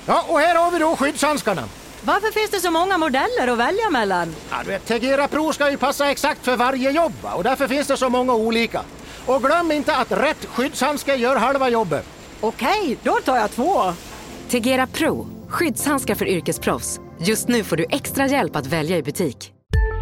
Ja, och här har vi då skyddshandskarna. Varför finns det så många modeller att välja mellan? Ja, du vet, Tegera Pro ska ju passa exakt för varje jobb, va? Och därför finns det så många olika. Och glöm inte att rätt skyddshandske gör halva jobbet. Okej, då tar jag 2. Tegera Pro, skyddshandskar för yrkesproffs. Just nu får du extra hjälp att välja i butik.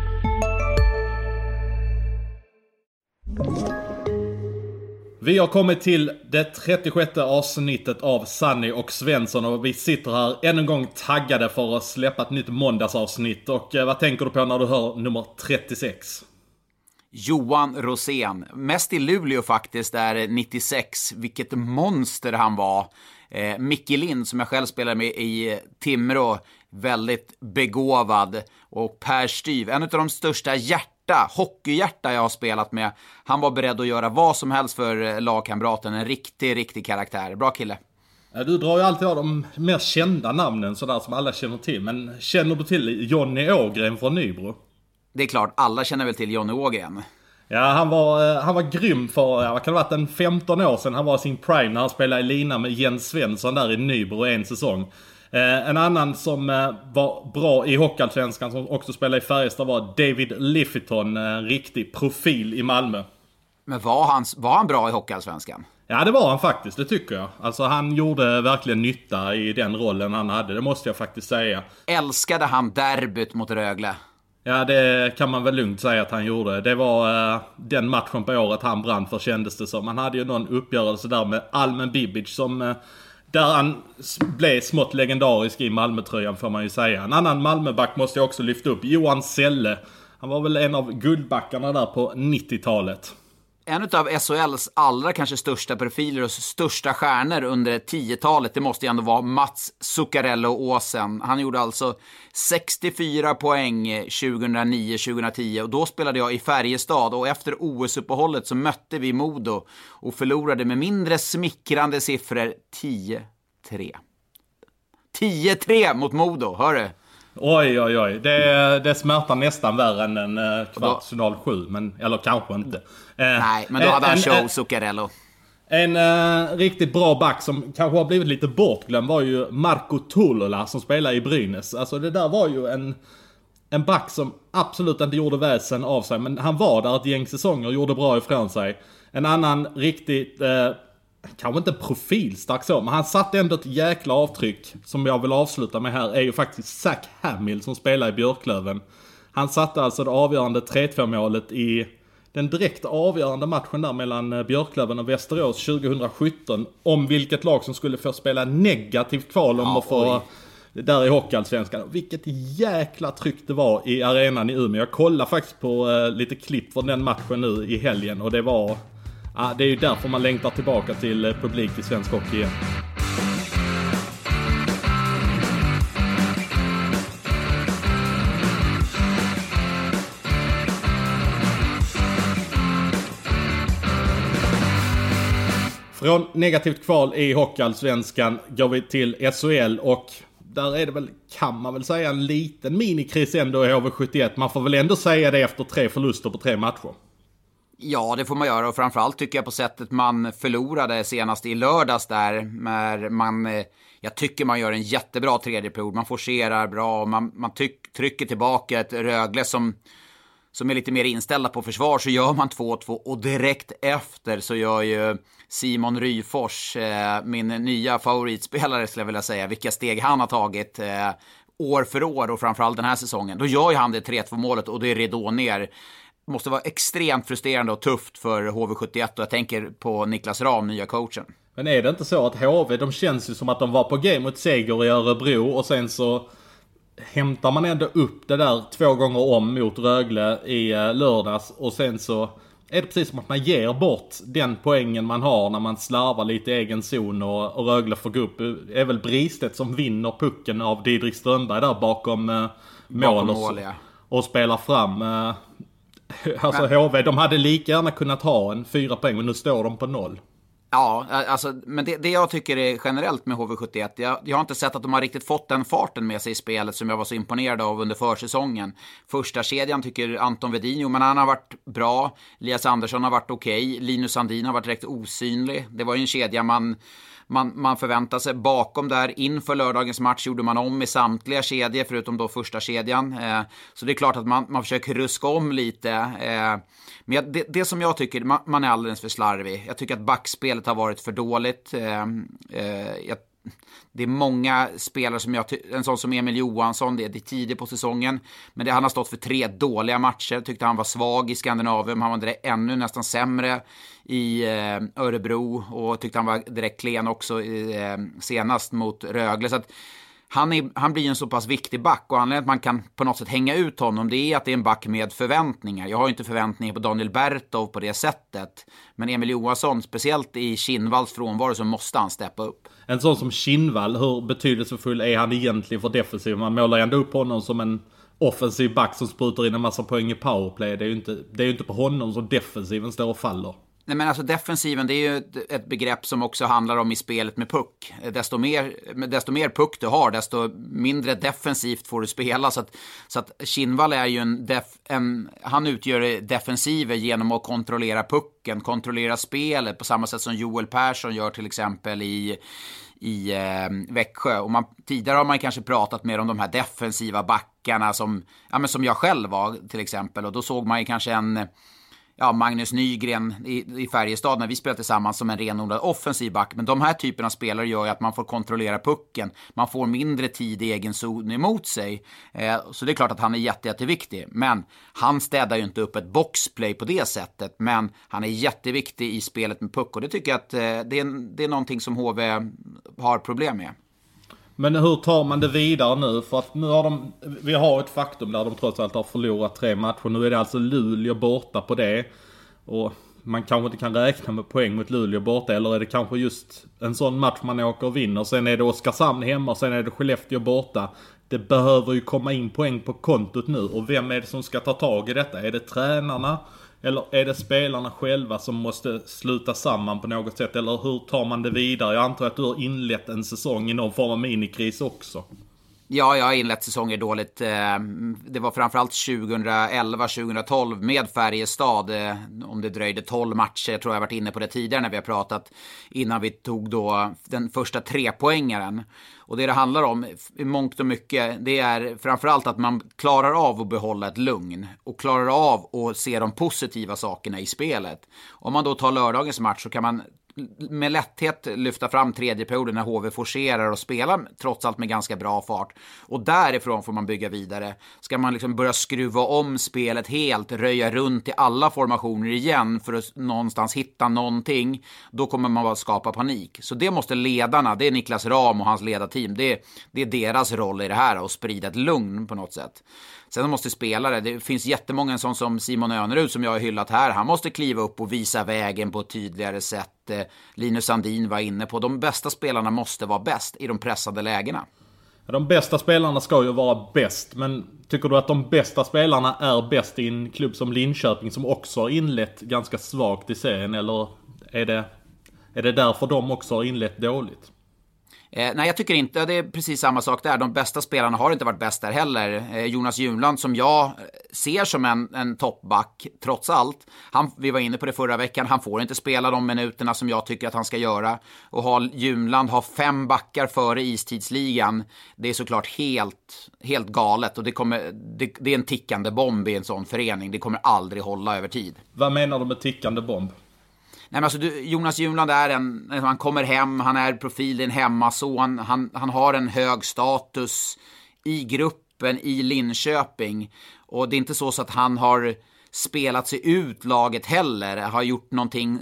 Vi har kommit till det 36 avsnittet av Sunny och Svensson och vi sitter här än en gång taggade för att släppa ett nytt måndagsavsnitt. Och vad tänker du på när du hör nummer 36? Johan Rosén, mest i Luleå faktiskt, där 96, vilket monster han var. Micke Lind som jag själv spelade med i Timrå, väldigt begåvad. Och Per Styv, en av de största hockeyhjärta jag har spelat med. Han var beredd att göra vad som helst för lagkamraten, en riktig karaktär. Bra kille. Du drar ju alltid av de mer kända namnen sådär som alla känner till. Men känner du till Johnny Ågren från Nybro? Det är klart, alla känner väl till Johnny Ågren. Ja, han var grym för, vad kan det ha varit, en 15 år sedan. Han var i sin prime när han spelade i lina med Jens Svensson där i Nybro en säsong. En annan som var bra i Hockeyallsvenskan som också spelade i Färjestad var David Lifferton, en riktig profil i Malmö. Men var han bra i Hockeyallsvenskan? Ja, det var han faktiskt, det tycker jag. Alltså han gjorde verkligen nytta i den rollen han hade, det måste jag faktiskt säga. Älskade han derbyt mot Rögle? Ja, det kan man väl lugnt säga att han gjorde. Det var den matchen på året han brann för, kändes det som. Han hade ju någon uppgörelse där med Almen Bibic som... Där han blev smått legendarisk i Malmötröjan, får man ju säga. En annan Malmöback måste jag också lyfta upp. Johan Selle. Han var väl en av guldbackarna där på 90-talet. En av SHLs allra kanske största profiler och största stjärnor under 10-talet, det måste ju ändå vara Mats Zuccarello-Åsen. Han gjorde alltså 64 poäng 2009-2010 och då spelade jag i Färjestad, och efter OS-uppehållet så mötte vi Modo och förlorade med mindre smickrande siffror 10-3. 10-3 mot Modo, hör du? Oj. Det smärtar nästan värre än en kvartsfinal 7, men, eller kanske inte. Nej, men då hade han show Zuccarello. En riktigt bra back som kanske har blivit lite bortglömd var ju Marco Tulola som spelar i Brynäs. Alltså det där var ju en back som absolut inte gjorde väsen av sig, men han var där ett gäng säsonger och gjorde bra ifrån sig. En annan riktigt... kanske inte profilstark så, men han satte ändå ett jäkla avtryck som jag vill avsluta med här, är ju faktiskt Zach Hamill som spelar i Björklöven. Han satte alltså det avgörande 3-2 målet i den direkt avgörande matchen där mellan Björklöven och Västerås 2017 om vilket lag som skulle få spela negativt kval om att få där i Hockeyallsvenskan. Vilket jäkla tryck det var i arenan i Umeå. Jag kollade faktiskt på lite klipp från den matchen nu i helgen och det var... Ja, det är ju därför man längtar tillbaka till publik i svensk hockey igen. Från negativt kval i Hockeyallsvenskan går vi till SHL och där är det väl, kan man väl säga, en liten minikris ändå i HV71. Man får väl ändå säga det efter 3 förluster på 3 matcher. Ja, det får man göra, och framförallt tycker jag på sättet man förlorade senast i lördags där. Jag tycker man gör en jättebra tredje period, man forcerar bra och man trycker tillbaka ett Rögle som är lite mer inställda på försvar, så gör man 2-2 och direkt efter så gör ju Simon Ryfors, min nya favoritspelare skulle jag vilja säga, vilka steg han har tagit år för år och framförallt den här säsongen. Då gör ju han det 3-2 målet och det är ridå ner. Måste vara extremt frustrerande och tufft för HV71 och jag tänker på Niklas Ram, nya coachen. Men är det inte så att HV, de känns ju som att de var på game mot seger i Örebro och sen så hämtar man ändå upp det där 2 gånger om mot Rögle i lördags och sen så är det precis som att man ger bort den poängen man har när man slarvar lite i egen zon och Rögle får gå upp. Det är väl Bristet som vinner pucken av Didrik Strömberg där bakom mål och spelar fram. Alltså HV, de hade lika gärna kunnat ha en 4 poäng, men nu står de på 0. Ja, alltså, men det jag tycker är generellt med HV71, jag har inte sett att de har riktigt fått den farten med sig i spelet som jag var så imponerad av under försäsongen. Första kedjan tycker Anton Vedin, men han har varit bra. Elias Andersson har varit okej. Linus Sandin har varit direkt osynlig. Det var ju en kedja man man förväntar sig. Bakom där inför lördagens match gjorde man om i samtliga kedjor förutom då första kedjan. Så det är klart att man försöker ruska om lite. Men det som jag tycker, man är alldeles för slarvig. Jag tycker att backspelet har varit för dåligt. Det är många spelare som en sån som Emil Johansson, det är tidigt på säsongen, men han har stått för 3 dåliga matcher. Tyckte han var svag i Skandinavium, han var direkt ännu nästan sämre i Örebro och tyckte han var direkt klen också senast mot Rögle. Så att han blir en så pass viktig back, och anledningen att man kan på något sätt hänga ut honom, det är att det är en back med förväntningar. Jag har ju inte förväntningar på Daniel Bertov på det sättet, men Emil Johansson, speciellt i Kinnvalls frånvaro, så måste han steppa upp. En sån som Kinnvall, hur betydelsefull är han egentligen för defensiv? Man målar ändå upp honom som en offensiv back som sprutar in en massa poäng i powerplay. Det är ju inte på honom som defensiven står och faller. Nej, men alltså defensiven, det är ju ett begrepp som också handlar om i spelet med puck. Desto mer puck du har, desto mindre defensivt får du spela. Så att Kinnvall är ju han utgör defensiver genom att kontrollera pucken, kontrollera spelet på samma sätt som Joel Persson gör till exempel i Växjö. Och tidigare har man kanske pratat mer om de här defensiva backarna som jag själv var till exempel. Och då såg man ju kanske Magnus Nygren i Färjestad när vi spelade tillsammans som en renodlad offensiv back. Men de här typerna av spelare gör ju att man får kontrollera pucken. Man får mindre tid i egen zon emot sig. Så det är klart att han är jätteviktig. Men han städar ju inte upp ett boxplay på det sättet. Men han är jätteviktig i spelet med puck. Och det tycker jag att det är någonting som HV har problem med. Men hur tar man det vidare nu? För att nu vi har ett faktum där de trots allt har förlorat 3 matcher. Nu är det alltså Luleå borta på det. Och man kanske inte kan räkna med poäng mot Luleå borta. Eller är det kanske just en sån match man åker och vinner. Sen är det Oskarshamn hemma och sen är det Skellefteå borta. Det behöver ju komma in poäng på kontot nu. Och vem är det som ska ta tag i detta? Är det tränarna? Eller är det spelarna själva som måste sluta samman på något sätt? Eller hur tar man det vidare? Jag antar att du har inlett en säsong i någon form av minikris också. Ja, jag har inlett säsonger dåligt. Det var framförallt 2011-2012 med Färjestad. Om det dröjde 12 matcher, jag tror jag varit inne på det tidigare när vi har pratat. Innan vi tog då den första 3-poängaren. Och det handlar om i mångt och mycket, det är framförallt att man klarar av att behålla ett lugn. Och klarar av att se de positiva sakerna i spelet. Om man då tar lördagens match så kan man med lätthet lyfta fram tredje perioden när HV forcerar och spelar trots allt med ganska bra fart. Och därifrån får man bygga vidare. Ska man liksom börja skruva om spelet helt, röja runt i alla formationer igen för att någonstans hitta någonting, då kommer man bara skapa panik. Så det måste ledarna, det är Niklas Ram och hans ledarteam, det är deras roll i det här, att sprida ett lugn på något sätt. Sen måste spelare, det finns jättemånga sån som Simon Önerud som jag har hyllat här, han måste kliva upp och visa vägen på ett tydligare sätt. Linus Sandin var inne på, de bästa spelarna måste vara bäst i de pressade lägena. De bästa spelarna ska ju vara bäst, men tycker du att de bästa spelarna är bäst i en klubb som Linköping som också har inlett ganska svagt i serien, eller är det därför de också har inlett dåligt? Nej, jag tycker inte. Det är precis samma sak där. De bästa spelarna har inte varit bäst där heller. Jonas Junland, som jag ser som en toppback trots allt. Vi var inne på det förra veckan. Han får inte spela de minuterna som jag tycker att han ska göra. Och Junland har 5 backar före istidsligan. Det är såklart helt galet. Och det är en tickande bomb i en sån förening. Det kommer aldrig hålla över tid. Vad menar du med tickande bomb? Nej, men alltså, Jonas Junland han kommer hem, han är profil i en hemmason, han har en hög status i gruppen i Linköping, och det är inte så att han har spelat sig ut laget heller, har gjort någonting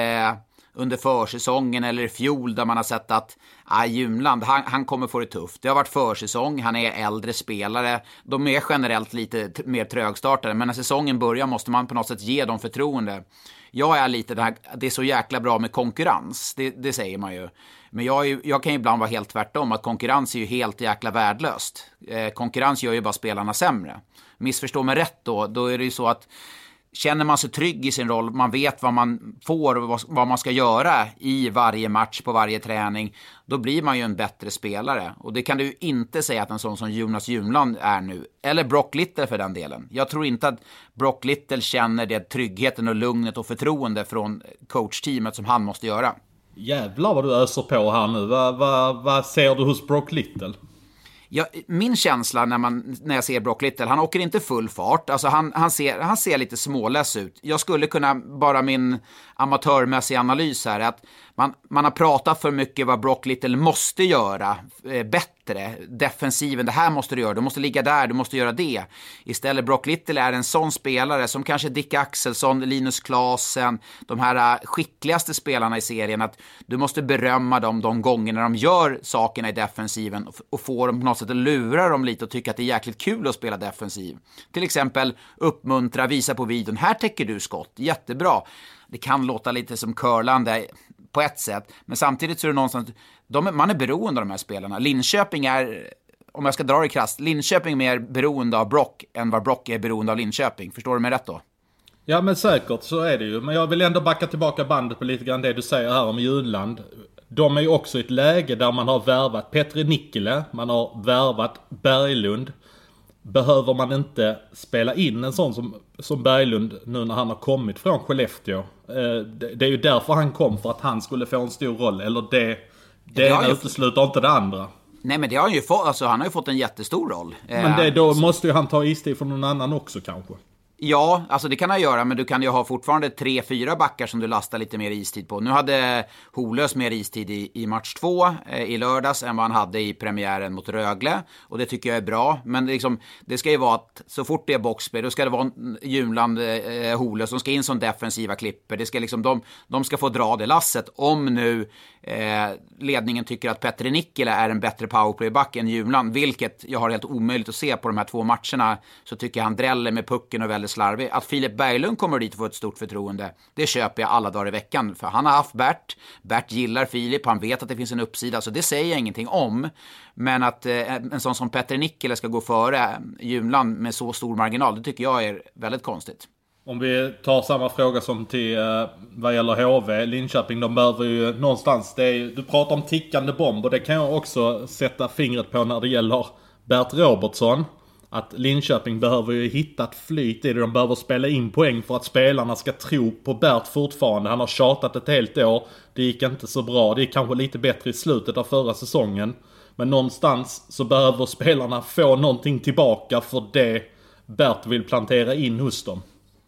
under försäsongen eller i fjol där man har sett att Junland, han kommer få det tufft. Det har varit försäsong, han är äldre spelare, de är generellt lite mer trögstartade, men när säsongen börjar måste man på något sätt ge dem förtroende. Jag är lite det är så jäkla bra med konkurrens, det säger man ju. Men jag kan ibland vara helt tvärtom, att konkurrens är ju helt jäkla värdelöst. Konkurrens gör ju bara spelarna sämre. Missförstå mig rätt då är det ju så att känner man sig trygg i sin roll, man vet vad man får och vad man ska göra i varje match på varje träning, då blir man ju en bättre spelare. Och det kan du inte säga att en sån som Jonas Junland är nu. Eller Brock Little för den delen. Jag tror inte att Brock Little känner det tryggheten och lugnet och förtroende från coachteamet som han måste göra. Jävlar vad du öser på här nu. Vad ser du hos Brock Little? Ja, min känsla när jag ser Brock Little, han åker inte full fart. Alltså han ser lite smålös ut. Jag skulle kunna, bara min amatörmässiga analys här, att man har pratat för mycket vad Brock Little måste göra bättre. Defensiven, det här måste du göra, du måste ligga där, du måste göra det. Istället Brock Little är en sån spelare som kanske Dick Axelsson, Linus Klasen, de här skickligaste spelarna i serien, att du måste berömma dem de gångerna de gör sakerna i defensiven och få dem på något sätt att lura dem lite och tycka att det är jäkligt kul att spela defensiv. Till exempel uppmuntra, visa på videon, här täcker du skott, jättebra. Det kan låta lite som curlande på ett sätt, men samtidigt så är det någonstans, man är beroende av de här spelarna. Linköping är, om jag ska dra det krasst, Linköping är mer beroende av Brock än vad Brock är beroende av Linköping. Förstår du mig rätt då? Ja, men säkert så är det ju. Men jag vill ändå backa tillbaka bandet på lite grann det du säger här om Junland. De är ju också i ett läge där man har värvat Petri Nikkilä, man har värvat Berglund. Behöver man inte spela in en sån som Berglund nu när han har kommit från Skellefteå? Det är ju därför han kom, för att han skulle få en stor roll. Eller det ena utesluter inte det andra. Nej, men det har han ju fått, alltså han har ju fått en jättestor roll. Men då måste ju han ta istid från någon annan också kanske. Ja, alltså det kan han göra, men du kan ju ha fortfarande 3-4 backar som du lastar lite mer istid på. Nu hade Holös mer istid i match 2 i lördags än vad han hade i premiären mot Rögle. Och det tycker jag är bra, men liksom, det ska ju vara att så fort det är boxplay, då ska det vara Junland, Holös som ska in som defensiva klipper. Det ska liksom, de ska få dra det lasset. Om nu ledningen tycker att Petri Nikkilä är en bättre powerplayback än Junland, vilket jag har helt omöjligt att se på de här 2 matcherna, så tycker jag han dräller med pucken och väldigt slarvig. Att Filip Berglund kommer dit och får ett stort förtroende, det köper jag alla dagar i veckan. För han har haft Bert gillar Filip, han vet att det finns en uppsida, så det säger jag ingenting om. Men att en sån som Petri Nikkilä ska gå före Junland med så stor marginal, det tycker jag är väldigt konstigt. Om vi tar samma fråga som till vad gäller HV, Linköping, de behöver ju någonstans, du pratar om tickande bomb, och det kan jag också sätta fingret på när det gäller Bert Robertsson. Att Linköping behöver ju hitta ett flyt i det. De behöver spela in poäng för att spelarna ska tro på Bert fortfarande. Han har tjatat ett helt år. Det gick inte så bra. Det är kanske lite bättre i slutet av förra säsongen. Men någonstans så behöver spelarna få någonting tillbaka för det Bert vill plantera in hos dem.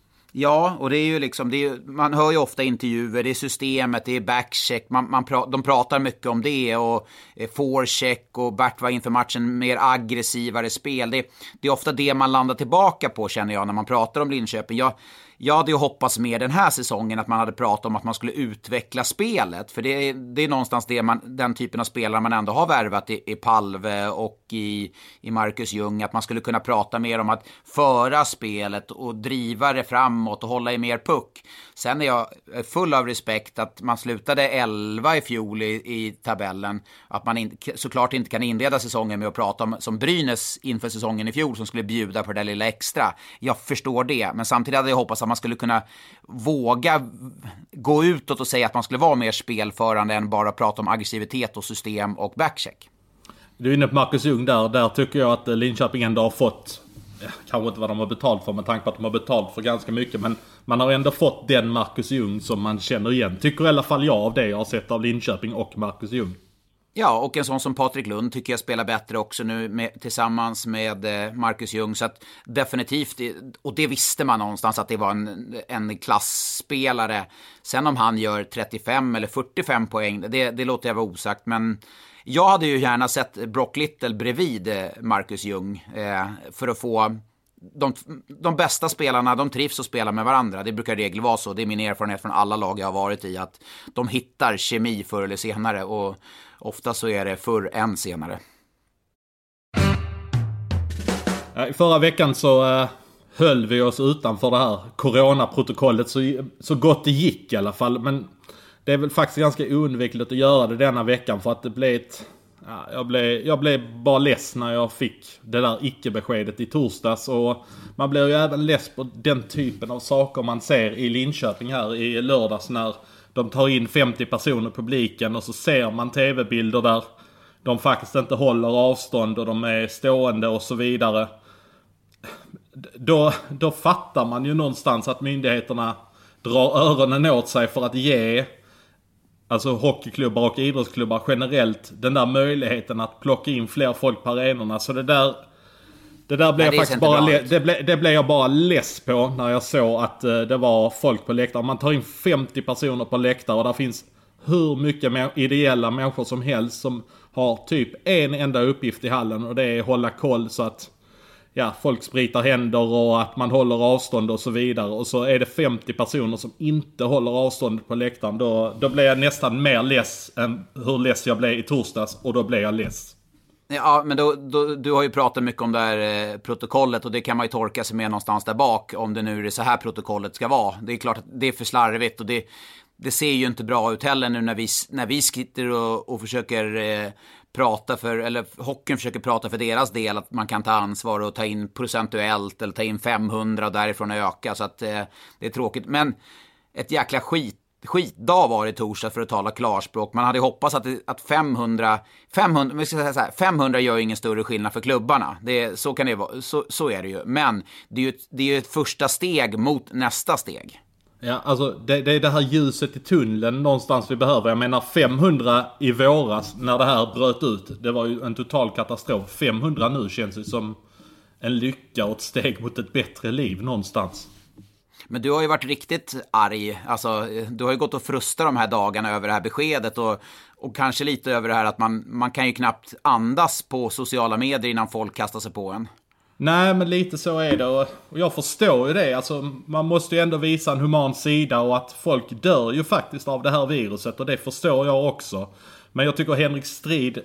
Ja, och det är ju liksom, man hör ju ofta intervjuer, det är systemet, det är backcheck, de pratar mycket om det, och forecheck, och Bert var inför matchen mer aggressivare spel. Det är ofta det man landar tillbaka på, känner jag, när man pratar om Linköping. Jag hade ju hoppats mer den här säsongen att man hade pratat om att man skulle utveckla spelet. För det är någonstans den typen av spelare man ändå har värvat i Palve och i Marcus Ljung. Att man skulle kunna prata mer om att föra spelet och driva det framåt och hålla i mer puck. Sen är jag full av respekt att man slutade 11 i fjol i tabellen. Att man såklart inte kan inleda säsongen med att prata om som Brynäs inför säsongen i fjol som skulle bjuda på det lilla extra. Jag förstår det, men samtidigt hade jag hoppats att man skulle kunna våga gå utåt och säga att man skulle vara mer spelförande än bara prata om aggressivitet och system och backcheck. Du är inne på Marcus Ljung där tycker jag att Linköping ändå har fått, kanske inte vad de har betalt för med tanke på att de har betalt för ganska mycket, men man har ändå fått den Marcus Ljung som man känner igen. Tycker i alla fall jag av det jag har sett av Linköping och Marcus Ljung. Ja, och en sån som Patrik Lund tycker jag spelar bättre också nu tillsammans med Marcus Ljung. Så att definitivt, och det visste man någonstans att det var en klassspelare. Sen om han gör 35 eller 45 poäng, det låter jag vara osagt. Men jag hade ju gärna sett Brock Little bredvid Marcus Ljung för att få... De bästa spelarna, de trivs att spela med varandra. Det brukar i regel vara så. Det är min erfarenhet från alla lag jag har varit i, att de hittar kemi förr eller senare, och ofta så är det förr än senare. I förra veckan så höll vi oss utanför det här coronaprotokollet så gott det gick i alla fall. Men det är väl faktiskt ganska oundvikligt att göra det denna veckan, för att det blev jag blev bara less när jag fick det där icke-beskedet i torsdags. Och man blir ju även less på den typen av saker man ser i Linköping här i lördags, när de tar in 50 personer i publiken och så ser man tv-bilder där de faktiskt inte håller avstånd och de är stående och så vidare. Då fattar man ju någonstans att myndigheterna drar öronen åt sig för att ge alltså hockeyklubbar och idrottsklubbar generellt, den där möjligheten att plocka in fler folk på arenorna. Så det där blev jag faktiskt det blev jag bara less på när jag såg att det var folk på läktaren. Man tar in 50 personer på läktaren och där finns hur mycket ideella människor som helst som har typ en enda uppgift i hallen, och det är att hålla koll så att folk spritar händer och att man håller avstånd och så vidare. Och så är det 50 personer som inte håller avstånd på läktaren. Då blir jag nästan mer less än hur less jag blev i torsdags, och då blir jag less. Ja, men du har ju pratat mycket om det här protokollet, och det kan man ju torka sig med någonstans där bak, om det nu är så här protokollet ska vara. Det är klart att det är för slarvigt, och det ser ju inte bra ut heller nu när vi sitter och försöker prata för, eller hockeyn försöker prata för deras del, att man kan ta ansvar och ta in procentuellt eller ta in 500 och därifrån öka, så att det är tråkigt. Men ett jäkla skitdag var det i torsdag, för att tala klarspråk. Man hade hoppats att 500 vi ska säga så här, 500 gör ingen större skillnad för klubbarna. Så kan det vara, så är det ju. Men det är ju ett första steg mot nästa steg. Ja, alltså det är det här ljuset i tunneln någonstans vi behöver. Jag menar 500 i våras när det här bröt ut, det var ju en total katastrof. 500 nu känns det som en lycka och ett steg mot ett bättre liv någonstans. Men du har ju varit riktigt arg. Alltså, du har ju gått och frustat de här dagarna över det här beskedet, och kanske lite över det här att man kan ju knappt andas på sociala medier innan folk kastar sig på en. Nej, men lite så är det, och jag förstår ju det. Alltså, man måste ju ändå visa en human sida, och att folk dör ju faktiskt av det här viruset, och det förstår jag också. Men jag tycker Henrik Strid,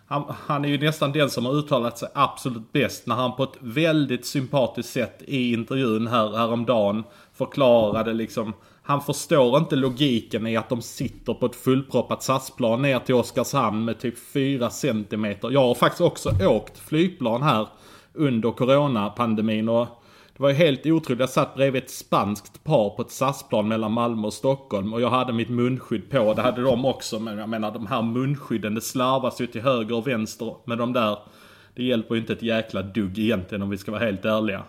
han är ju nästan den som har uttalat sig absolut bäst, när han på ett väldigt sympatiskt sätt i intervjun häromdagen förklarade liksom, han förstår inte logiken i att de sitter på ett fullproppat SAS-plan ner till Oskarshamn med typ 4 centimeter. Jag har faktiskt också åkt flygplan här under coronapandemin, och det var ju helt otroligt. Jag satt bredvid ett spanskt par på ett SAS-plan mellan Malmö och Stockholm, och jag hade mitt munskydd på. Det hade de också, men jag menar, de här munskydden, det slarvas ju till höger och vänster med de där. Det hjälper ju inte ett jäkla dugg egentligen, om vi ska vara helt ärliga.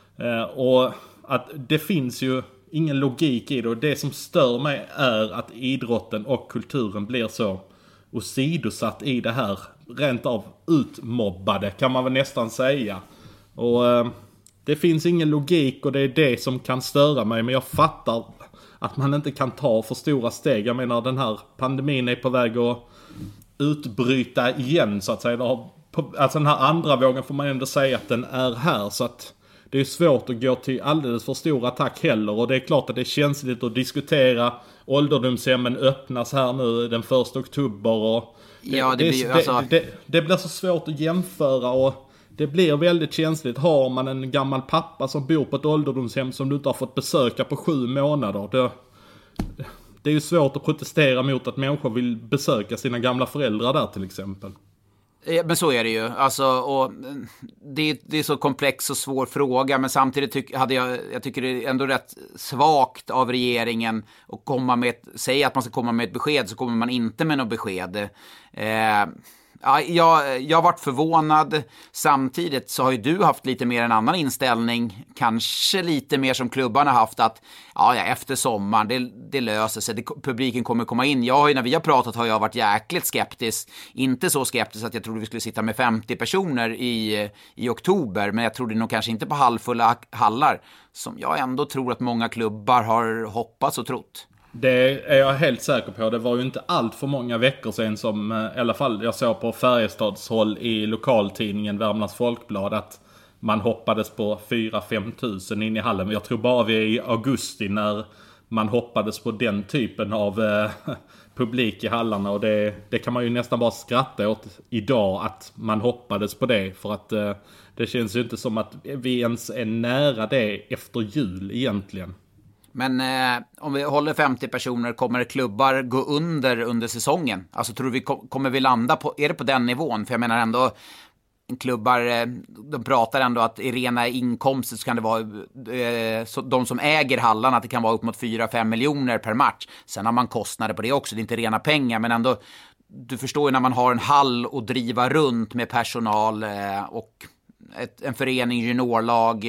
Och att det finns ju ingen logik i det, och det som stör mig är att idrotten och kulturen blir så åsidosatt i det här. Rent av utmobbade kan man väl nästan säga. Och det finns ingen logik, och det är det som kan störa mig. Men jag fattar att man inte kan ta för stora steg. Jag menar, den här pandemin är på väg att utbryta igen, så att säga. Alltså den här andra vågen får man ändå säga att den är här, så att det är svårt att gå till alldeles för stor attack heller. Och det är klart att det är känsligt att diskutera. Ålderdomshemmen öppnas här nu den 1 oktober, och det blir så svårt att jämföra, och det blir väldigt känsligt. Har man en gammal pappa som bor på ett ålderdomshem som du inte har fått besöka på 7 månader, det är ju svårt att protestera mot att människor vill besöka sina gamla föräldrar där till exempel. Ja, men så är det ju. Alltså, och det är så komplex och svår fråga, men samtidigt jag tycker det är ändå rätt svagt av regeringen att säga att man ska komma med ett besked, så kommer man inte med något besked. Jag har varit förvånad. Samtidigt så har ju du haft lite mer en annan inställning, kanske lite mer som klubbarna haft, att efter sommaren det löser sig, publiken kommer komma in. När vi har pratat har jag varit jäkligt skeptisk, inte så skeptisk att jag trodde vi skulle sitta med 50 personer i oktober, men jag trodde nog kanske inte på halvfulla hallar, som jag ändå tror att många klubbar har hoppats och trott. Det är jag helt säker på. Det var ju inte allt för många veckor sedan som, i alla fall jag såg på Färjestads håll i lokaltidningen Värmlands Folkblad, att man hoppades på 4-5 tusen in i hallen. Jag tror bara vi är i augusti när man hoppades på den typen av publik i hallarna, och det kan man ju nästan bara skratta åt idag, att man hoppades på det, för att det känns ju inte som att vi ens är nära det efter jul egentligen. Men om vi håller 50 personer, kommer klubbar gå under säsongen? Alltså tror vi kommer vi landa på, är det på den nivån? För jag menar ändå, klubbar, de pratar ändå att i rena inkomster så kan det vara så de som äger hallarna, att det kan vara upp mot 4-5 miljoner per match. Sen har man kostnader på det också, det är inte rena pengar, men ändå, du förstår ju när man har en hall och driva runt med personal och en förening, juniorlag,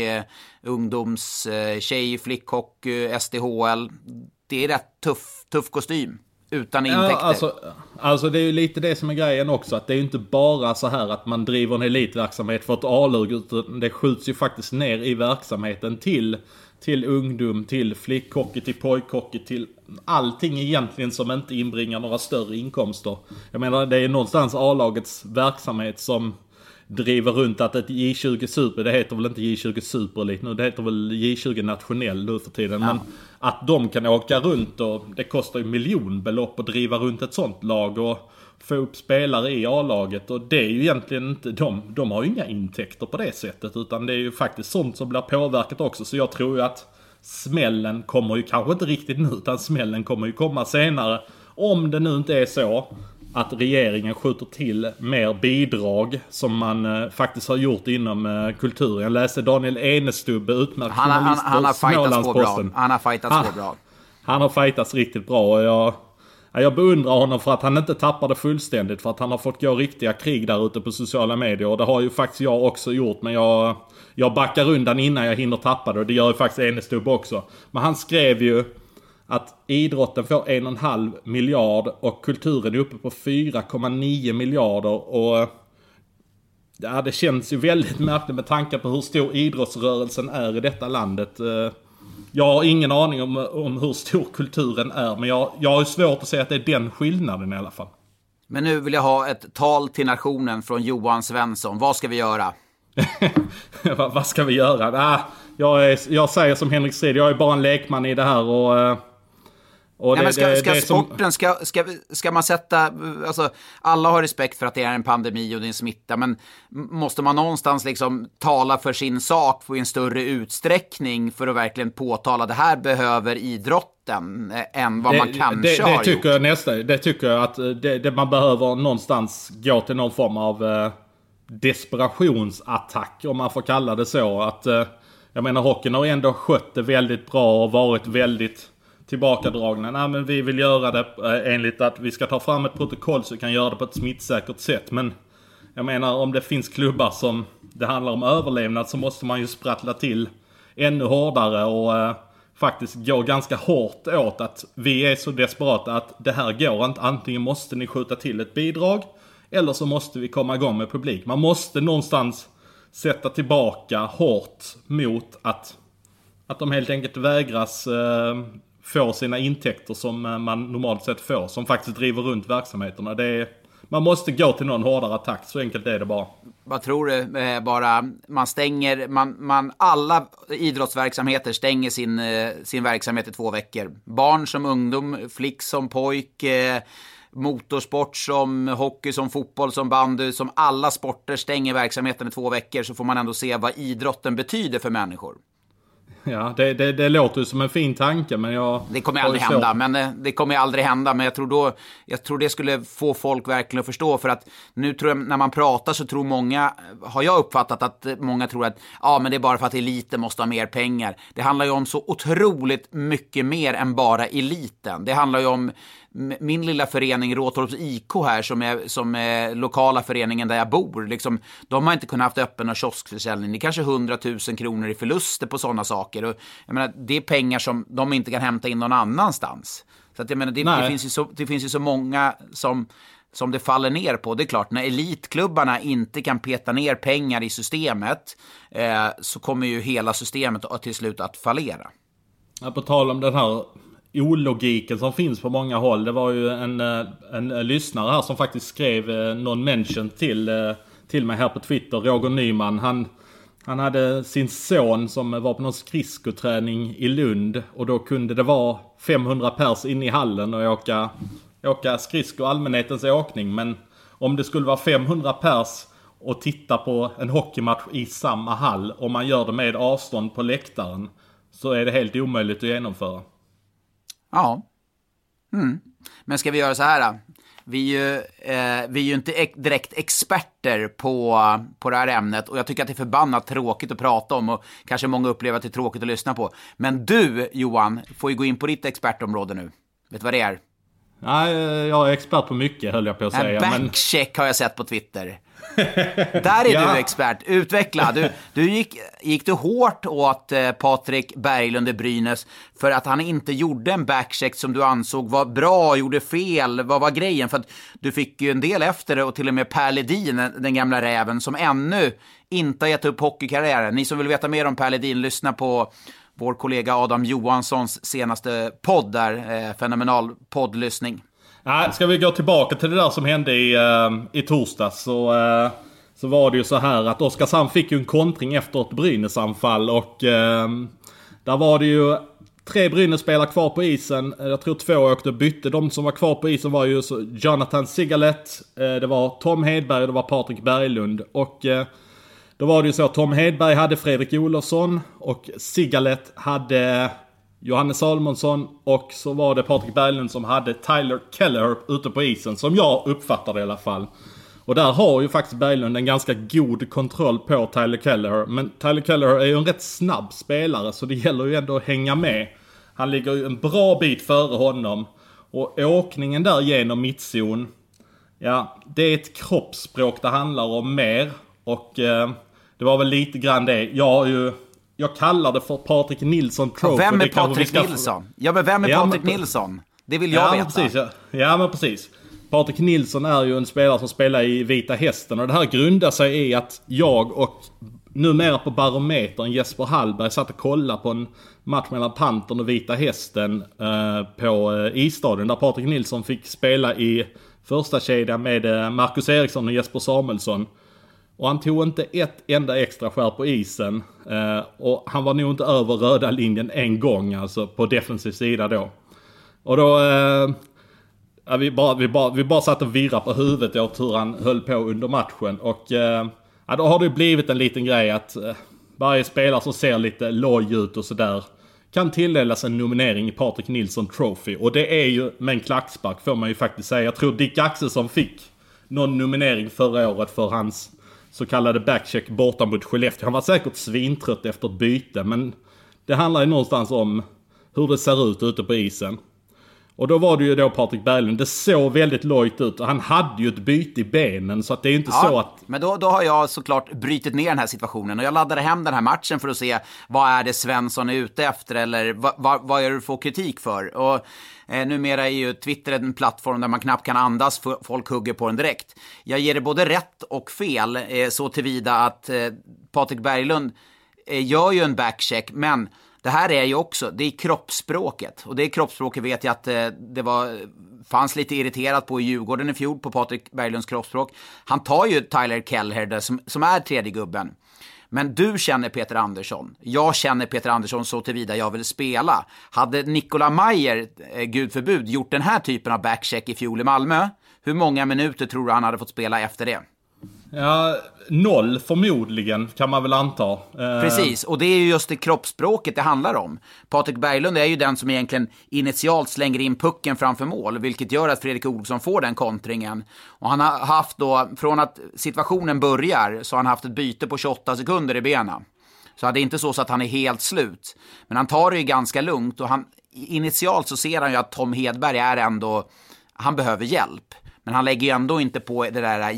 ungdoms, tjej, flickhockey, SDHL. Det är rätt tuff kostym. utan intäkter. Alltså det är ju lite det som är grejen också. Att det är ju inte bara så här att man driver en elitverksamhet för ett A-lag, utan det skjuts ju faktiskt ner i verksamheten till ungdom, till flickhockey, till pojkhockey, till allting egentligen som inte inbringar några större inkomster. Jag menar, det är någonstans A-lagets verksamhet som driver runt att ett J20 Super, det heter väl inte J20 Super League nu, det heter väl J20 Nationell nu för tiden. Ja. Men att de kan åka runt, och det kostar ju miljonbelopp att driva runt ett sånt lag och få upp spelare i A-laget, och det är ju egentligen inte, de har ju inga intäkter på det sättet, utan det är ju faktiskt sånt som blir påverkat också. Så jag tror ju att smällen kommer ju kanske inte riktigt nu, utan smällen kommer ju komma senare, om det nu inte är så att regeringen skjuter till mer bidrag som man faktiskt har gjort inom kulturen. Jag läste Daniel Enestubbe, utmärkt journalist på Smålandsposten. Han har fightats så bra. Han har fightats riktigt bra, och jag beundrar honom för att han inte tappade fullständigt, för att han har fått gå riktiga krig där ute på sociala medier, och det har ju faktiskt jag också gjort, men jag backar undan innan jag hinner tappa det, och det gör ju faktiskt Enestubbe också. Men han skrev ju att idrotten får 1,5 miljard och kulturen är uppe på 4,9 miljarder, och ja, det känns ju väldigt märkligt med tanke på hur stor idrottsrörelsen är i detta landet. Jag har ingen aning om hur stor kulturen är, men jag har svårt att säga att det är den skillnaden i alla fall. Men nu vill jag ha ett tal till nationen från Johan Svensson. Vad ska vi göra? Vad ska vi göra? Jag säger som Henrik Strid, jag är bara en lekman i det här, och nej, men sporten, ska man sätta, alltså, alla har respekt för att det är en pandemi och det är en smitta, men måste man någonstans liksom tala för sin sak i en större utsträckning för att verkligen påtala det här behöver idrotten än vad man kanske har gjort? Det tycker jag att man behöver någonstans gå till någon form av desperationsattack, om man får kalla det så. Att jag menar, hockeyn har ändå skött det väldigt bra och varit väldigt tillbakadragna. Nej, men vi vill göra det enligt att vi ska ta fram ett protokoll så vi kan göra det på ett smittsäkert sätt. Men jag menar, om det finns klubbar som det handlar om överlevnad, så måste man ju sprattla till ännu hårdare och faktiskt gå ganska hårt åt att vi är så desperata att det här går inte. Antingen måste ni skjuta till ett bidrag, eller så måste vi komma igång med publik. Man måste någonstans sätta tillbaka hårt mot att de helt enkelt vägras få sina intäkter som man normalt sett får, som faktiskt driver runt verksamheterna. Man måste gå till någon hårdare attack, så enkelt är det bara. Vad tror du? Bara man stänger, alla idrottsverksamheter stänger sin verksamhet i 2 veckor. Barn som ungdom, flick som pojk, motorsport som hockey, som fotboll, som bandy, som alla sporter stänger verksamheten i 2 veckor, så får man ändå se vad idrotten betyder för människor. Ja, det låter ju som en fin tanke, men det kommer aldrig hända, men jag tror det skulle få folk verkligen att förstå, för att nu tror jag, när man pratar, så tror många, har jag uppfattat att många tror att men det är bara för att eliten måste ha mer pengar. Det handlar ju om så otroligt mycket mer än bara eliten. Det handlar ju om min lilla förening Råtorps IK här, som är lokala föreningen där jag bor, liksom, de har inte kunnat haft öppen och kioskförsäljning. Det är kanske 100 000 kronor i förluster på sådana saker, och jag menar, det är pengar som de inte kan hämta in någon annanstans. Så att jag menar, det finns ju så många som det faller ner på. Det är klart, när elitklubbarna inte kan peta ner pengar i systemet, så kommer ju hela systemet till slut att fallera. På tal om den här ologiken som finns på många håll. Det var ju en lyssnare här som faktiskt skrev någon mention till mig här på Twitter, Roger Nyman. Han hade sin son som var på någon skridskoträning i Lund, och då kunde det vara 500 pers inne i hallen och åka skridsko, allmänhetens åkning. Men om det skulle vara 500 pers och titta på en hockeymatch i samma hall, och man gör det med avstånd på läktaren, så är det helt omöjligt att genomföra. Ja. Men ska vi göra så här? Vi är ju inte direkt experter på det här ämnet, och jag tycker att det är förbannat tråkigt att prata om, och kanske många upplever att det är tråkigt att lyssna på. Men du, Johan, får ju gå in på ditt expertområde nu. Vet du vad det är? Nej, jag är expert på mycket, höll jag på att säga. Backcheck har jag sett på Twitter. Där är du expert. Utveckla. Du gick du hårt åt Patrik Berglund i Brynäs för att han inte gjorde en backcheck som du ansåg var bra, gjorde fel. Vad var grejen? För att du fick ju en del efter det, och till och med Per Ledin, den gamla räven, som ännu inte har gett upp hockeykarriären. Ni som vill veta mer om Per Ledin, lyssna på vår kollega Adam Johanssons senaste podd där, fenomenal poddlyssning. Ska vi gå tillbaka till det där som hände i torsdags, så var det ju så här att Oskarshamn fick ju en kontring efter ett Brynäs-anfall, och där var det ju 3 Brynäs-spelare kvar på isen. Jag tror 2 åkte och bytte. De som var kvar på isen var ju Jonathan Sigalet, det var Tom Hedberg och det var Patrik Berglund. Och då var det ju så att Tom Hedberg hade Fredrik Olofsson och Sigalet hade Johannes Salmonsson, och så var det Patrik Berglund som hade Tyler Keller ute på isen, som jag uppfattade i alla fall. Och där har ju faktiskt Berglund en ganska god kontroll på Tyler Keller. Men Tyler Keller är ju en rätt snabb spelare, så det gäller ju ändå att hänga med. Han ligger ju en bra bit före honom. Och åkningen där genom mittzon, ja, det är ett kroppsspråk det handlar om mer. Och det var väl lite grann det. Jag kallar det för Patrik Nilsson Trophy. Vem är Patrik Nilsson? Ja, men vem är Patrik Nilsson? Det vill jag veta. Precis, ja, men precis. Patrik Nilsson är ju en spelare som spelar i Vita Hästen. Och det här grundar sig i att jag och numera på barometern Jesper Hallberg satt och kollade på en match mellan Pantern och Vita Hästen på Isstadion. Där Patrik Nilsson fick spela i första kedjan med Marcus Eriksson och Jesper Samuelsson. Och han tog inte ett enda extra skär på isen. Och han var nog inte över röda linjen en gång, alltså på defensiv sida då. Och då... Vi bara satt och virrade på huvudet åt hur han höll på under matchen. Och då har det blivit en liten grej att varje spelare som ser lite loj ut och sådär kan tilldelas en nominering i Patrik Nilsson Trophy. Och det är ju med en klackspark, får man ju faktiskt säga. Jag tror Dick Axelsson fick någon nominering förra året för hans så kallade backcheck borta mot Skellefteå. Han var säkert svintrött efter ett byte, men det handlar ju någonstans om hur det ser ut ute på isen. Och då var det ju då Patrik Berglund. Det såg väldigt lojt ut. Och han hade ju ett byte i benen. Så att det är ju inte så att... Men då har jag såklart brytit ner den här situationen. Och jag laddade hem den här matchen för att se vad är det Svensson är ute efter. Eller vad är det du får kritik för. Och numera är ju Twitter en plattform där man knappt kan andas. För folk hugger på den direkt. Jag ger det både rätt och fel. Så tillvida att Patrik Berglund gör ju en backcheck. Men... det här är ju också, det är kroppsspråket. Och det kroppsspråket vet jag att fanns lite irriterat på i Djurgården i fjol på Patrik Berglunds kroppsspråk. Han tar ju Tyler Keller där, som är tredje gubben. Men du känner Peter Andersson. Jag känner Peter Andersson så tillvida jag vill spela. Hade Nikola Mayer, gud förbud, gjort den här typen av backcheck i fjol i Malmö, hur många minuter tror du han hade fått spela efter det? Ja, 0 förmodligen kan man väl anta. Precis, och det är ju just det kroppsspråket det handlar om. Patrik Berglund är ju den som egentligen initialt slänger in pucken framför mål, vilket gör att Fredrik Olsson får den kontringen. Och han har haft då, från att situationen börjar, så har han haft ett byte på 28 sekunder i benen. Så det är inte så att han är helt slut. Men han tar det ju ganska lugnt, och initialt så ser han ju att Tom Hedberg är ändå, han behöver hjälp. Men han lägger ju ändå inte på det där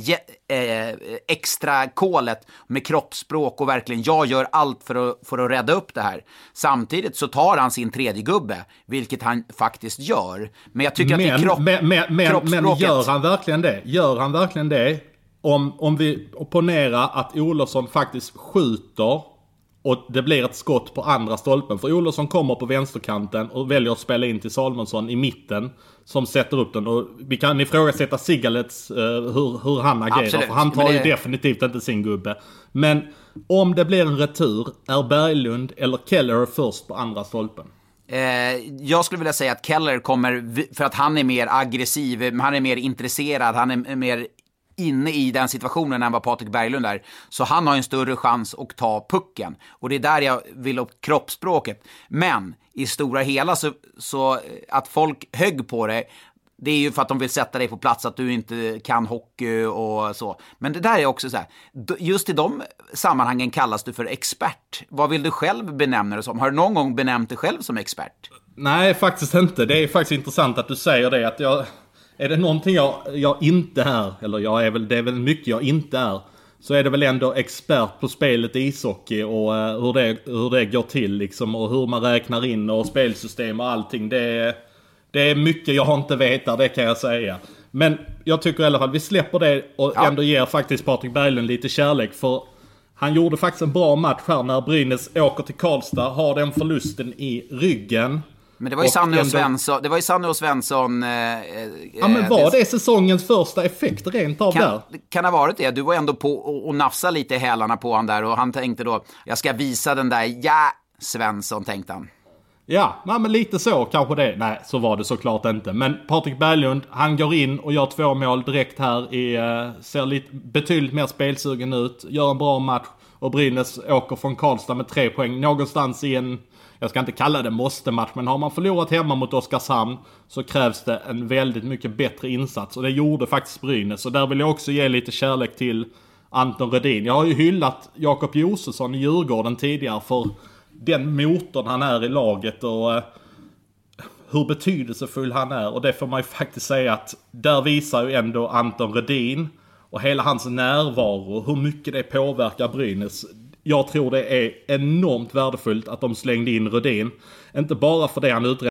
extra kolet med kroppsspråk och verkligen jag gör allt för att rädda upp det här. Samtidigt så tar han sin tredje gubbe, vilket han faktiskt gör. Men jag tycker att det är kroppsspråket. Men gör han verkligen det? Gör han verkligen det? Om vi opponerar att Olofsson faktiskt skjuter och det blir ett skott på andra stolpen. För Olofsson kommer på vänsterkanten och väljer att spela in till Salmonsson i mitten som sätter upp den. Och vi kan ifrågasätta Sigalets hur han agerar. Absolut. För han tar ju definitivt inte sin gubbe. Men om det blir en retur, är Berglund eller Keller först på andra stolpen? Jag skulle vilja säga att Keller kommer, för att han är mer aggressiv, han är mer intresserad, han är mer inne i den situationen än vad Patrik Berglund är. Så han har en större chans att ta pucken. Och det är där jag vill upp kroppsspråket. Men i stora hela så att folk högg på det, det är ju för att de vill sätta dig på plats, att du inte kan hockey och så. Men det där är också så här, just i de sammanhangen kallas du för expert. Vad vill du själv benämna det som? Har du någon gång benämnt dig själv som expert? Nej, faktiskt inte. Det är faktiskt intressant att du säger det. Att är det någonting jag inte är, eller det är väl mycket jag inte är, så är det väl ändå expert på spelet ishockey och hur det går till liksom, och hur man räknar in och spelsystem och allting. Det är mycket jag inte vet där, det kan jag säga. Men jag tycker i alla fall vi släpper det och ändå ger faktiskt Patrik Berglund lite kärlek, för han gjorde faktiskt en bra match här när Brynäs åker till Karlstad, har den förlusten i ryggen. Men det var ju Sanne och Svensson. Det var ju Sanne och Svensson. Ja, men var det säsongens första effekt rent av där? Kan ha varit det. Du var ändå på och nafsa lite i hälarna på han där. Och han tänkte då, jag ska visa den där, Svensson, tänkte han. Ja, men lite så kanske det. Nej, så var det såklart inte. Men Patrik Berglund, han går in och gör 2 mål direkt här. Ser betydligt mer spelsugen ut. Gör en bra match. Och Brynäs åker från Karlstad med 3 poäng. Någonstans i en, jag ska inte kalla det måste-match, men har man förlorat hemma mot Oskarshamn så krävs det en väldigt mycket bättre insats. Och det gjorde faktiskt Brynäs. Och där vill jag också ge lite kärlek till Anton Rödin. Jag har ju hyllat Jakob Josefsson i Djurgården tidigare för den motorn han är i laget och hur betydelsefull han är. Och det får man ju faktiskt säga att där visar ju ändå Anton Rödin och hela hans närvaro hur mycket det påverkar Brynäs. Jag tror det är enormt värdefullt att de slängde in Rödin. Inte bara för det han uträttar.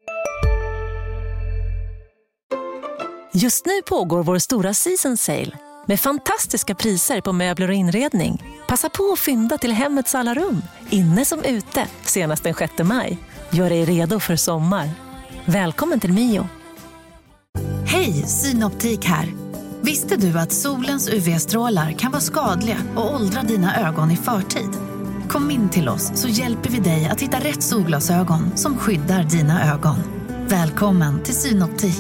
Just nu pågår vår stora season sale med fantastiska priser på möbler och inredning. Passa på att fynda till hemmets alla rum, inne som ute, senast den 6 maj. Gör dig redo för sommar. Välkommen till Mio. Hej, Synoptik här. Visste du att solens UV-strålar kan vara skadliga och åldra dina ögon i förtid? Kom in till oss så hjälper vi dig att hitta rätt solglasögon som skyddar dina ögon. Välkommen till Synoptik.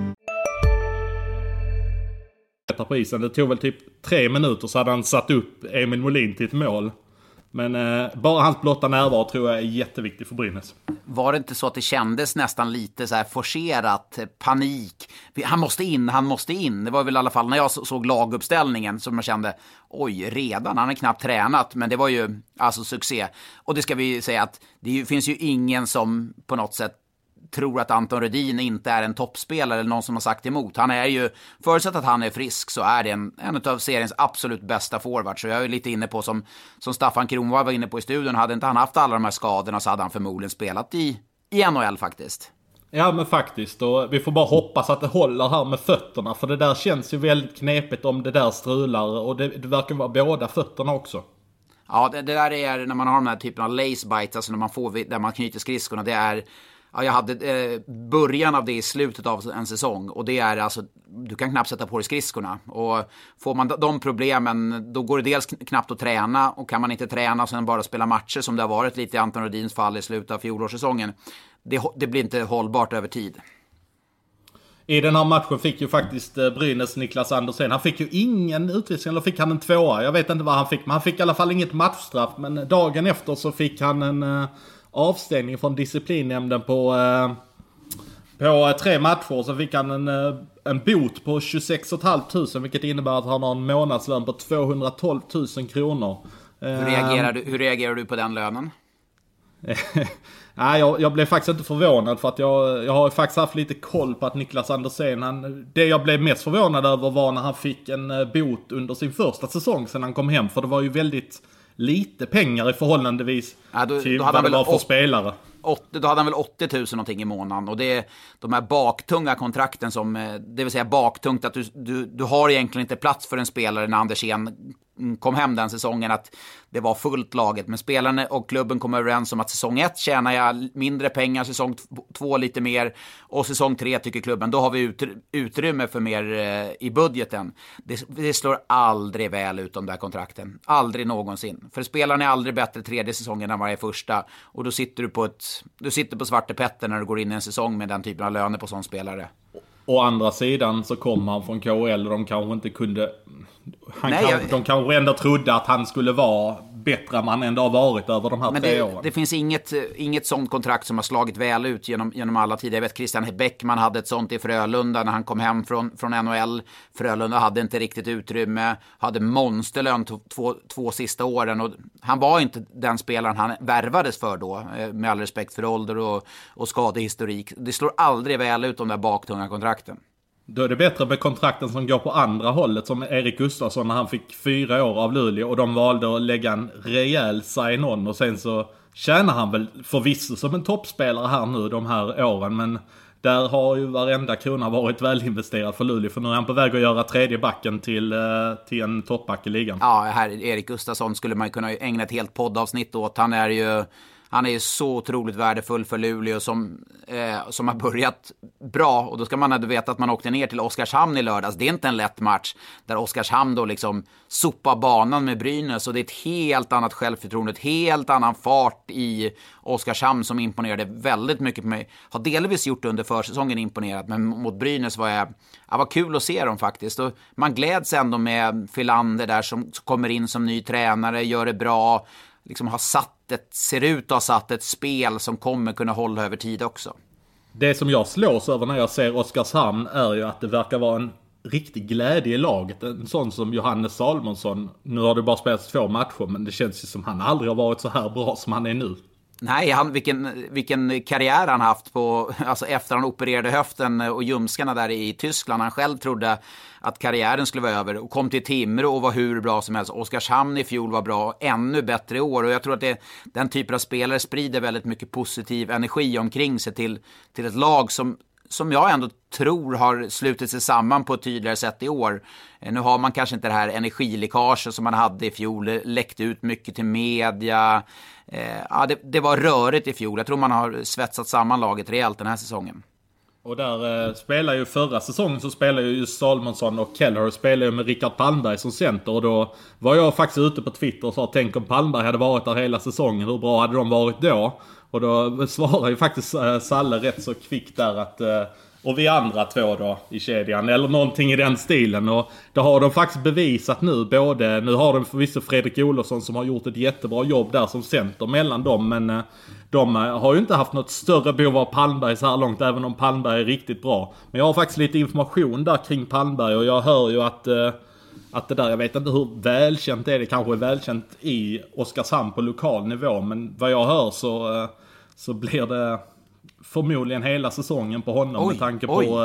På isen. Det tog väl typ 3 minuter så hade han satt upp Emil Molin till ett mål. Men bara hans blotta närvaro tror jag är jätteviktig för Brynäs. Var det inte så att det kändes nästan lite så här forcerat, panik? Han måste in. Det var väl i alla fall när jag såg laguppställningen som jag kände, oj, redan, han har knappt tränat. Men det var ju alltså succé. Och det ska vi säga att finns ju ingen som på något sätt tror att Anton Rödin inte är en toppspelare eller någon som har sagt emot. Han är ju, förutsatt att han är frisk, så är det en av seriens absolut bästa forwards. Så jag är lite inne på som Staffan Kronwall var inne på i studion, hade inte han haft alla de här skadorna så hade han förmodligen spelat i NHL faktiskt. Ja, men faktiskt. Och vi får bara hoppas att det håller här med fötterna, för det där känns ju väldigt knepigt om det där strular, och det verkar vara båda fötterna också. Ja, det där är när man har de här typen av lace bites, alltså när man får, där man knyter skridskorna, det är... Ja, jag hade början av det i slutet av en säsong. Och det är alltså, du kan knappt sätta på dig skridskorna. Och får man de problemen, då går det dels knappt att träna. Och kan man inte träna och sen bara spela matcher, som det har varit lite i Anton Rödins fall i slutet av fjolårssäsongen, det blir inte hållbart över tid. I den här matchen fick ju faktiskt Brynäs Niklas Andersson. Han fick ju ingen utvisning, eller fick han en 2? Jag vet inte vad han fick, men han fick i alla fall inget matchstraff. Men dagen efter så fick han en... avstängning från disciplinnämnden på 3 matcher. Så fick han en bot på 26 500, vilket innebär att han har en månadslön på 212 000 kronor. Hur reagerar du på den lönen? Nej, jag blev faktiskt inte förvånad, för att jag har faktiskt haft lite koll på att Niklas Andersén, det jag blev mest förvånad över var när han fick en bot under sin första säsong sedan han kom hem, för det var ju väldigt lite pengar i förhållandevis till vad det var för spelare. Då hade han väl 80 000 någonting i månaden. Och det är de här baktunga kontrakten som, det vill säga baktungt att du har egentligen inte plats för en spelare när Andersén kom hem den säsongen, att det var fullt laget. Men spelarna och klubben kom överens om att säsong 1 tjänar jag mindre pengar, säsong 2 lite mer, och säsong 3 tycker klubben, då har vi utrymme för mer i budgeten. Det slår aldrig väl ut de där kontrakten. Aldrig någonsin. För spelarna är aldrig bättre tredje säsongen än varje första. Och då sitter du sitter på Svarte Petter när du går in i en säsong med den typen av löner på sån spelare. Å andra sidan så kom han från KHL och de kanske inte kunde... De kanske ändå trodde att han skulle vara bättre än man ändå har varit över de här Men 3 åren. Det finns inget sånt kontrakt som har slagit väl ut genom alla tider. Jag vet Christian Bäckman hade ett sånt i Frölunda när han kom hem från NHL. Frölunda hade inte riktigt utrymme, hade monsterlön två sista åren, och han var inte den spelaren han värvades för då, med all respekt för ålder och skadehistorik. Det slår aldrig väl ut de där baktunga kontrakten. Då är det bättre med kontrakten som går på andra hållet, som Erik Gustafsson när han fick 4 år av Luleå och de valde att lägga en rejäl sign-on, och sen så tjänar han väl förvisso som en toppspelare här nu de här åren, men där har ju varenda krona varit välinvesterad för Luleå, för nu är han på väg att göra tredje backen till en toppback i ligan. Ja, här Erik Gustafsson skulle man kunna ägna ett helt poddavsnitt åt. Han är ju så otroligt värdefull för Luleå som har börjat bra. Och då ska man ändå veta att man åkte ner till Oskarshamn i lördags. Det är inte en lätt match där Oskarshamn då liksom sopar banan med Brynäs. Och det är ett helt annat självförtroende, ett helt annan fart i Oskarshamn som imponerade väldigt mycket på mig. Har delvis gjort under försäsongen imponerat, men mot Brynäs var kul att se dem faktiskt. Och man gläds ändå med Filander där som kommer in som ny tränare, gör det bra. Liksom ser ut att ha satt ett spel som kommer kunna hålla över tid också. Det som jag slås över när jag ser Oskarshamn är ju att det verkar vara en riktig glädje i laget. En sån som Johannes Salmonsson. Nu har det bara spelats 2 matcher, men det känns ju som han aldrig har varit så här bra som han är nu. Nej, vilken karriär han haft alltså efter han opererade höften och ljumskarna där i Tyskland. Han själv trodde att karriären skulle vara över och kom till Timrå och var hur bra som helst. Oskarshamn i fjol var bra, ännu bättre i år, och jag tror att den typen av spelare sprider väldigt mycket positiv energi omkring sig till ett lag som jag ändå tror har slutit sig samman på ett tydligare sätt i år. Nu har man kanske inte det här energiläckaget som man hade i fjol, läckt ut mycket till media. Det var rörigt i fjol. Jag tror man har svetsat samman laget rejält den här säsongen. Och där spelar ju förra säsongen så spelar ju just Salmonsson och Keller spelar ju med Rickard Palmberg som center, och då var jag faktiskt ute på Twitter och sa, tänk om Palmberg hade varit där hela säsongen, hur bra hade de varit då? Och då svarar ju faktiskt Salle rätt så kvickt där att och vi andra 2 då i kedjan eller någonting i den stilen, och det har de faktiskt bevisat nu. Nu har de förvisso Fredrik Olofsson som har gjort ett jättebra jobb där som center mellan dem, men de har ju inte haft något större behov av Palmberg så här långt, även om Palmberg är riktigt bra. Men jag har faktiskt lite information där kring Palmberg, och jag hör ju att det där, jag vet inte hur välkänt det är, det kanske är välkänt i Oskarshamn på lokal nivå, men vad jag hör så blir det förmodligen hela säsongen på honom med tanke på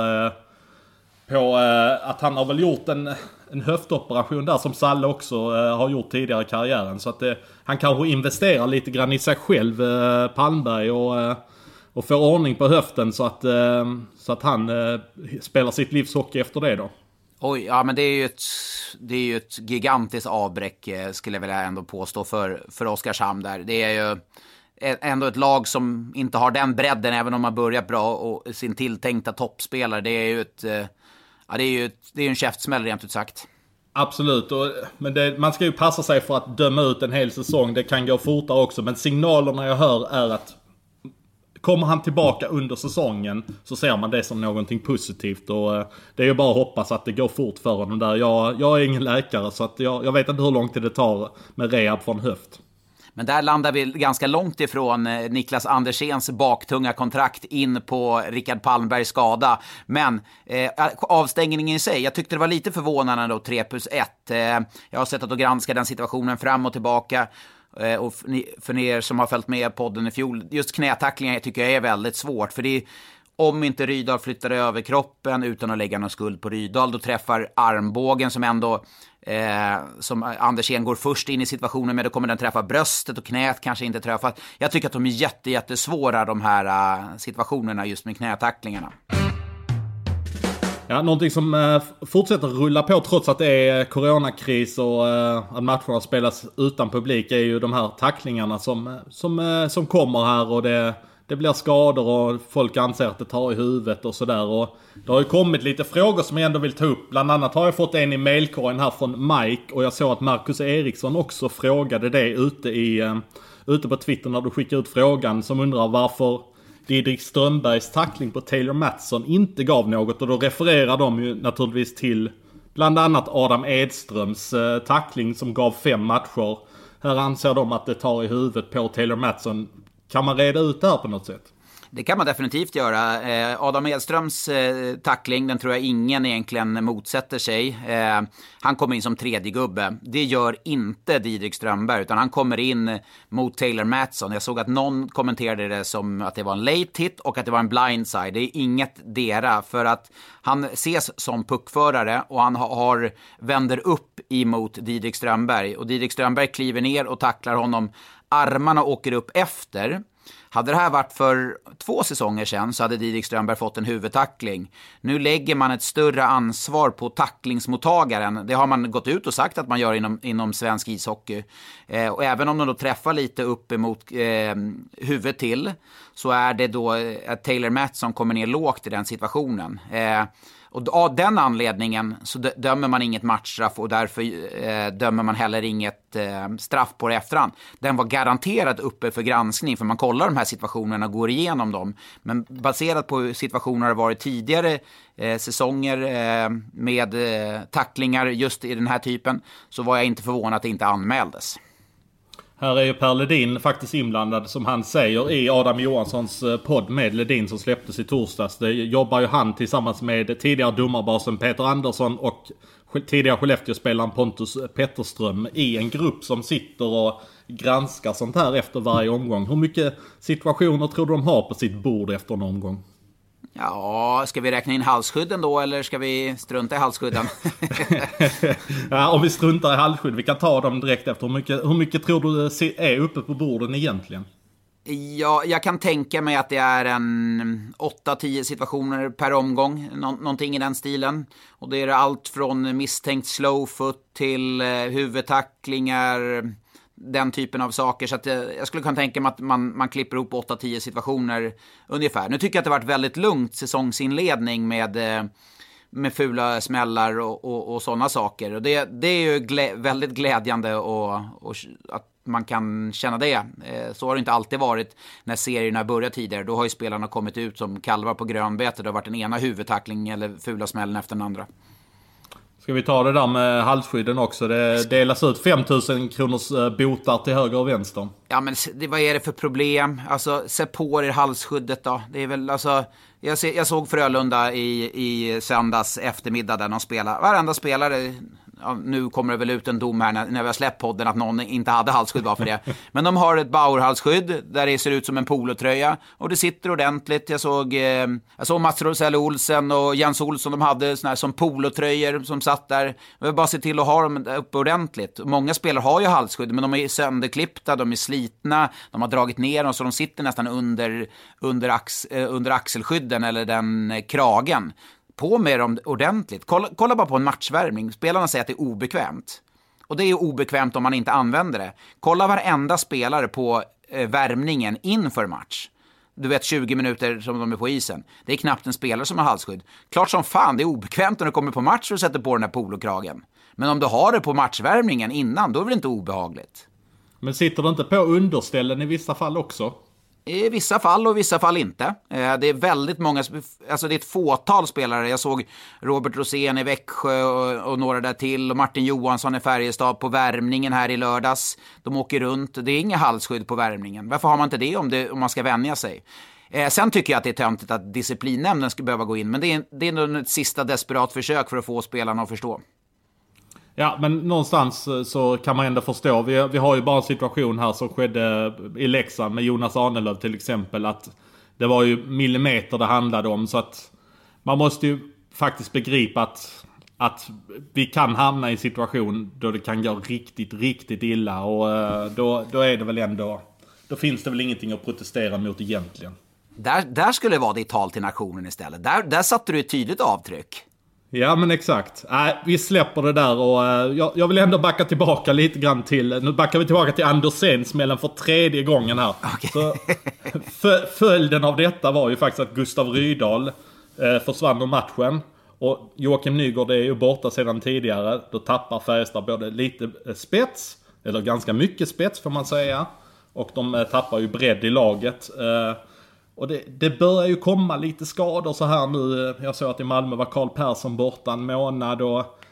att han har väl gjort en höftoperation där som Salle också har gjort tidigare i karriären, så att han kanske investerar lite grann i sig själv, Palmberg, och får ordning på höften så att han spelar sitt livs hockey efter det då. Oj, ja, men det är ju ett gigantiskt avbräck skulle jag vilja ändå påstå för Oskarshamn där. Det är ju ändå ett lag som inte har den bredden, även om man börjar bra, och sin tilltänkta toppspelare. Det är ju en käftsmäll rent ut sagt. Absolut, men man ska ju passa sig för att döma ut en hel säsong. Det kan gå fortare också, men signalerna jag hör är att kommer han tillbaka under säsongen så ser man det som någonting positivt, och det är ju bara att hoppas att det går fort för honom där. Jag är ingen läkare, så att jag vet inte hur långt det tar med rehab från höft. Men där landar vi ganska långt ifrån Niklas Anderséns baktunga kontrakt in på Rickard Palmbergs skada. Men avstängningen i sig, jag tyckte det var lite förvånande då, 3+1. Jag har sett att granska den situationen fram och tillbaka. Och för er som har följt med podden i fjol, just knätacklingar tycker jag är väldigt svårt. För det är, om inte Rydal flyttar över kroppen utan att lägga någon skuld på Rydal, då träffar armbågen som ändå som Andersén går först in i situationen med, då kommer den träffa bröstet och knät kanske inte träffar. Jag tycker att de är jättesvåra, de här situationerna just med knätacklingarna. Ja, någonting som fortsätter rulla på trots att det är coronakris och att matcherna spelas utan publik är ju de här tacklingarna som kommer här, och det blir skador och folk anser att det tar i huvudet och sådär. Och det har ju kommit lite frågor som jag ändå vill ta upp. Bland annat har jag fått en i mailkorgen här från Mike, och jag såg att Marcus Eriksson också frågade det ute på Twitter när du skickade ut frågan, som undrar varför Didrik Strömbergs tackling på Taylor Mattsson inte gav något. Och då refererar de ju naturligtvis till bland annat Adam Edströms tackling som gav 5 matcher här anser de att det tar i huvudet på Taylor Matson. Kan man reda ut det här på något sätt? Det kan man definitivt göra. Adam Edströms tackling, den tror jag ingen egentligen motsätter sig. Han kommer in som tredje gubbe. Det gör inte Didrik Strömberg, utan han kommer in mot Taylor Matson. Jag såg att någon kommenterade det som att det var en late hit och att det var en blindside. Det är inget dera, för att han ses som puckförare och han vänder upp emot Didrik Strömberg. Och Didrik Strömberg kliver ner och tacklar honom. Armarna åker upp efter. Hade det här varit för 2 säsonger sedan så hade Didrik Strömberg fått en huvudtackling. Nu lägger man ett större ansvar på tacklingsmottagaren. Det har man gått ut och sagt att man gör inom svensk ishockey. Och även om de då träffar lite upp emot huvudet till, så är det då att Taylor Matson kommer ner lågt i den situationen. Och av den anledningen så dömer man inget matchstraff, och därför dömer man heller inget straff på det efterhand. Den var garanterat uppe för granskning, för man kollar de här situationerna och går igenom dem. Men baserat på situationer det varit tidigare säsonger med tacklingar just i den här typen, så var jag inte förvånad att det inte anmäldes. Här är ju Per Ledin faktiskt inblandad, som han säger, i Adam Johanssons podd med Ledin som släpptes i torsdags. Det jobbar ju han tillsammans med tidigare domarbasen Peter Andersson och tidigare Skellefteå-spelaren Pontus Petterström i en grupp som sitter och granskar sånt här efter varje omgång. Hur mycket situationer tror du de har på sitt bord efter en omgång? Ja, ska vi räkna in halsskydden då, eller ska vi strunta i halsskydden? Ja, om vi struntar i halsskydd, vi kan ta dem direkt efter. Hur mycket tror du är uppe på borden egentligen? Ja, jag kan tänka mig att det är en 8-10 situationer per omgång, någonting i den stilen. Och det är allt från misstänkt slowfoot till huvudtacklingar, den typen av saker. Så att jag skulle kunna tänka mig att man klipper ihop 8-10 situationer ungefär. Nu tycker jag att det har varit väldigt lugnt säsongsinledning med fula smällar och sådana saker. Och det är ju väldigt glädjande och att man kan känna det. Så har det inte alltid varit när serierna börjar tidigare. Då har ju spelarna kommit ut som kalvar på grönbete. Det har varit den ena huvudtackling eller fula smällen efter den andra. Ska vi ta det där med halsskydden också? Det delas ut 5 000 kronors botar till höger och vänster. Ja, men vad är det för problem? Alltså, se på er halsskyddet då. Det är väl, alltså, jag såg Frölunda i söndags eftermiddag där de spelar. Varenda spelare, ja, nu kommer det väl ut en dom här när vi har släppt podden att någon inte hade halsskydd bara för det. Men de har ett Bauer-halsskydd där det ser ut som en polotröja och det sitter ordentligt. Jag såg Mats Rosell Olsen och Jens Olsson, de hade såna här som polotröjor som satt där. Jag vill bara se till att ha dem uppe ordentligt. Många spelare har ju halsskydd, men de är sönderklippta, de är slitna, de har dragit ner dem så de sitter nästan under axelskydden eller den kragen. På med dem ordentligt. Kolla bara på en matchvärmning. Spelarna säger att det är obekvämt. Och det är obekvämt om man inte använder det. Kolla varenda spelare på värmningen inför match. Du vet 20 minuter som de är på isen. Det är knappt en spelare som har halsskydd. Klart som fan, det är obekvämt när du kommer på match och sätter på den här polokragen. Men om du har det på matchvärmningen innan, då är det inte obehagligt. Men sitter det inte på underställen i vissa fall också? I vissa fall och i vissa fall inte. Det är väldigt många, alltså det är ett fåtal spelare. Jag såg Robert Rosén i Växjö och några där till och Martin Johansson i Färjestad på värmningen här i lördags. De åker runt. Det är inga halsskydd på värmningen. Varför har man inte det om man ska vänja sig? Sen tycker jag att det är töntigt att disciplinnämnden ska behöva gå in. Men det är nog ett sista desperat försök för att få spelarna att förstå. Ja, men någonstans så kan man ändå förstå. Vi har ju bara en situation här som skedde i Leksand med Jonas Arnelöv till exempel. Att det var ju millimeter det handlade om. Så att man måste ju faktiskt begripa att vi kan hamna i en situation då det kan gå riktigt, riktigt illa. Och då är det väl ändå... Då finns det väl ingenting att protestera mot egentligen. Där skulle det vara ditt tal till nationen istället. Där satte du ett tydligt avtryck. Ja, men exakt. Vi släpper det där och jag vill ändå backa tillbaka lite grann till... Nu backar vi tillbaka till Andersén-smällen för 3:e gången här. Okay. Så, följden av detta var ju faktiskt att Gustav Rydahl försvann ur matchen. Och Joakim Nygård är ju borta sedan tidigare. Då tappar Färjestad både lite spets, eller ganska mycket spets får man säga. Och de tappar ju bredd i laget. Och det börjar ju komma lite skador så här nu. Jag såg att i Malmö var Karl Persson borta en månad och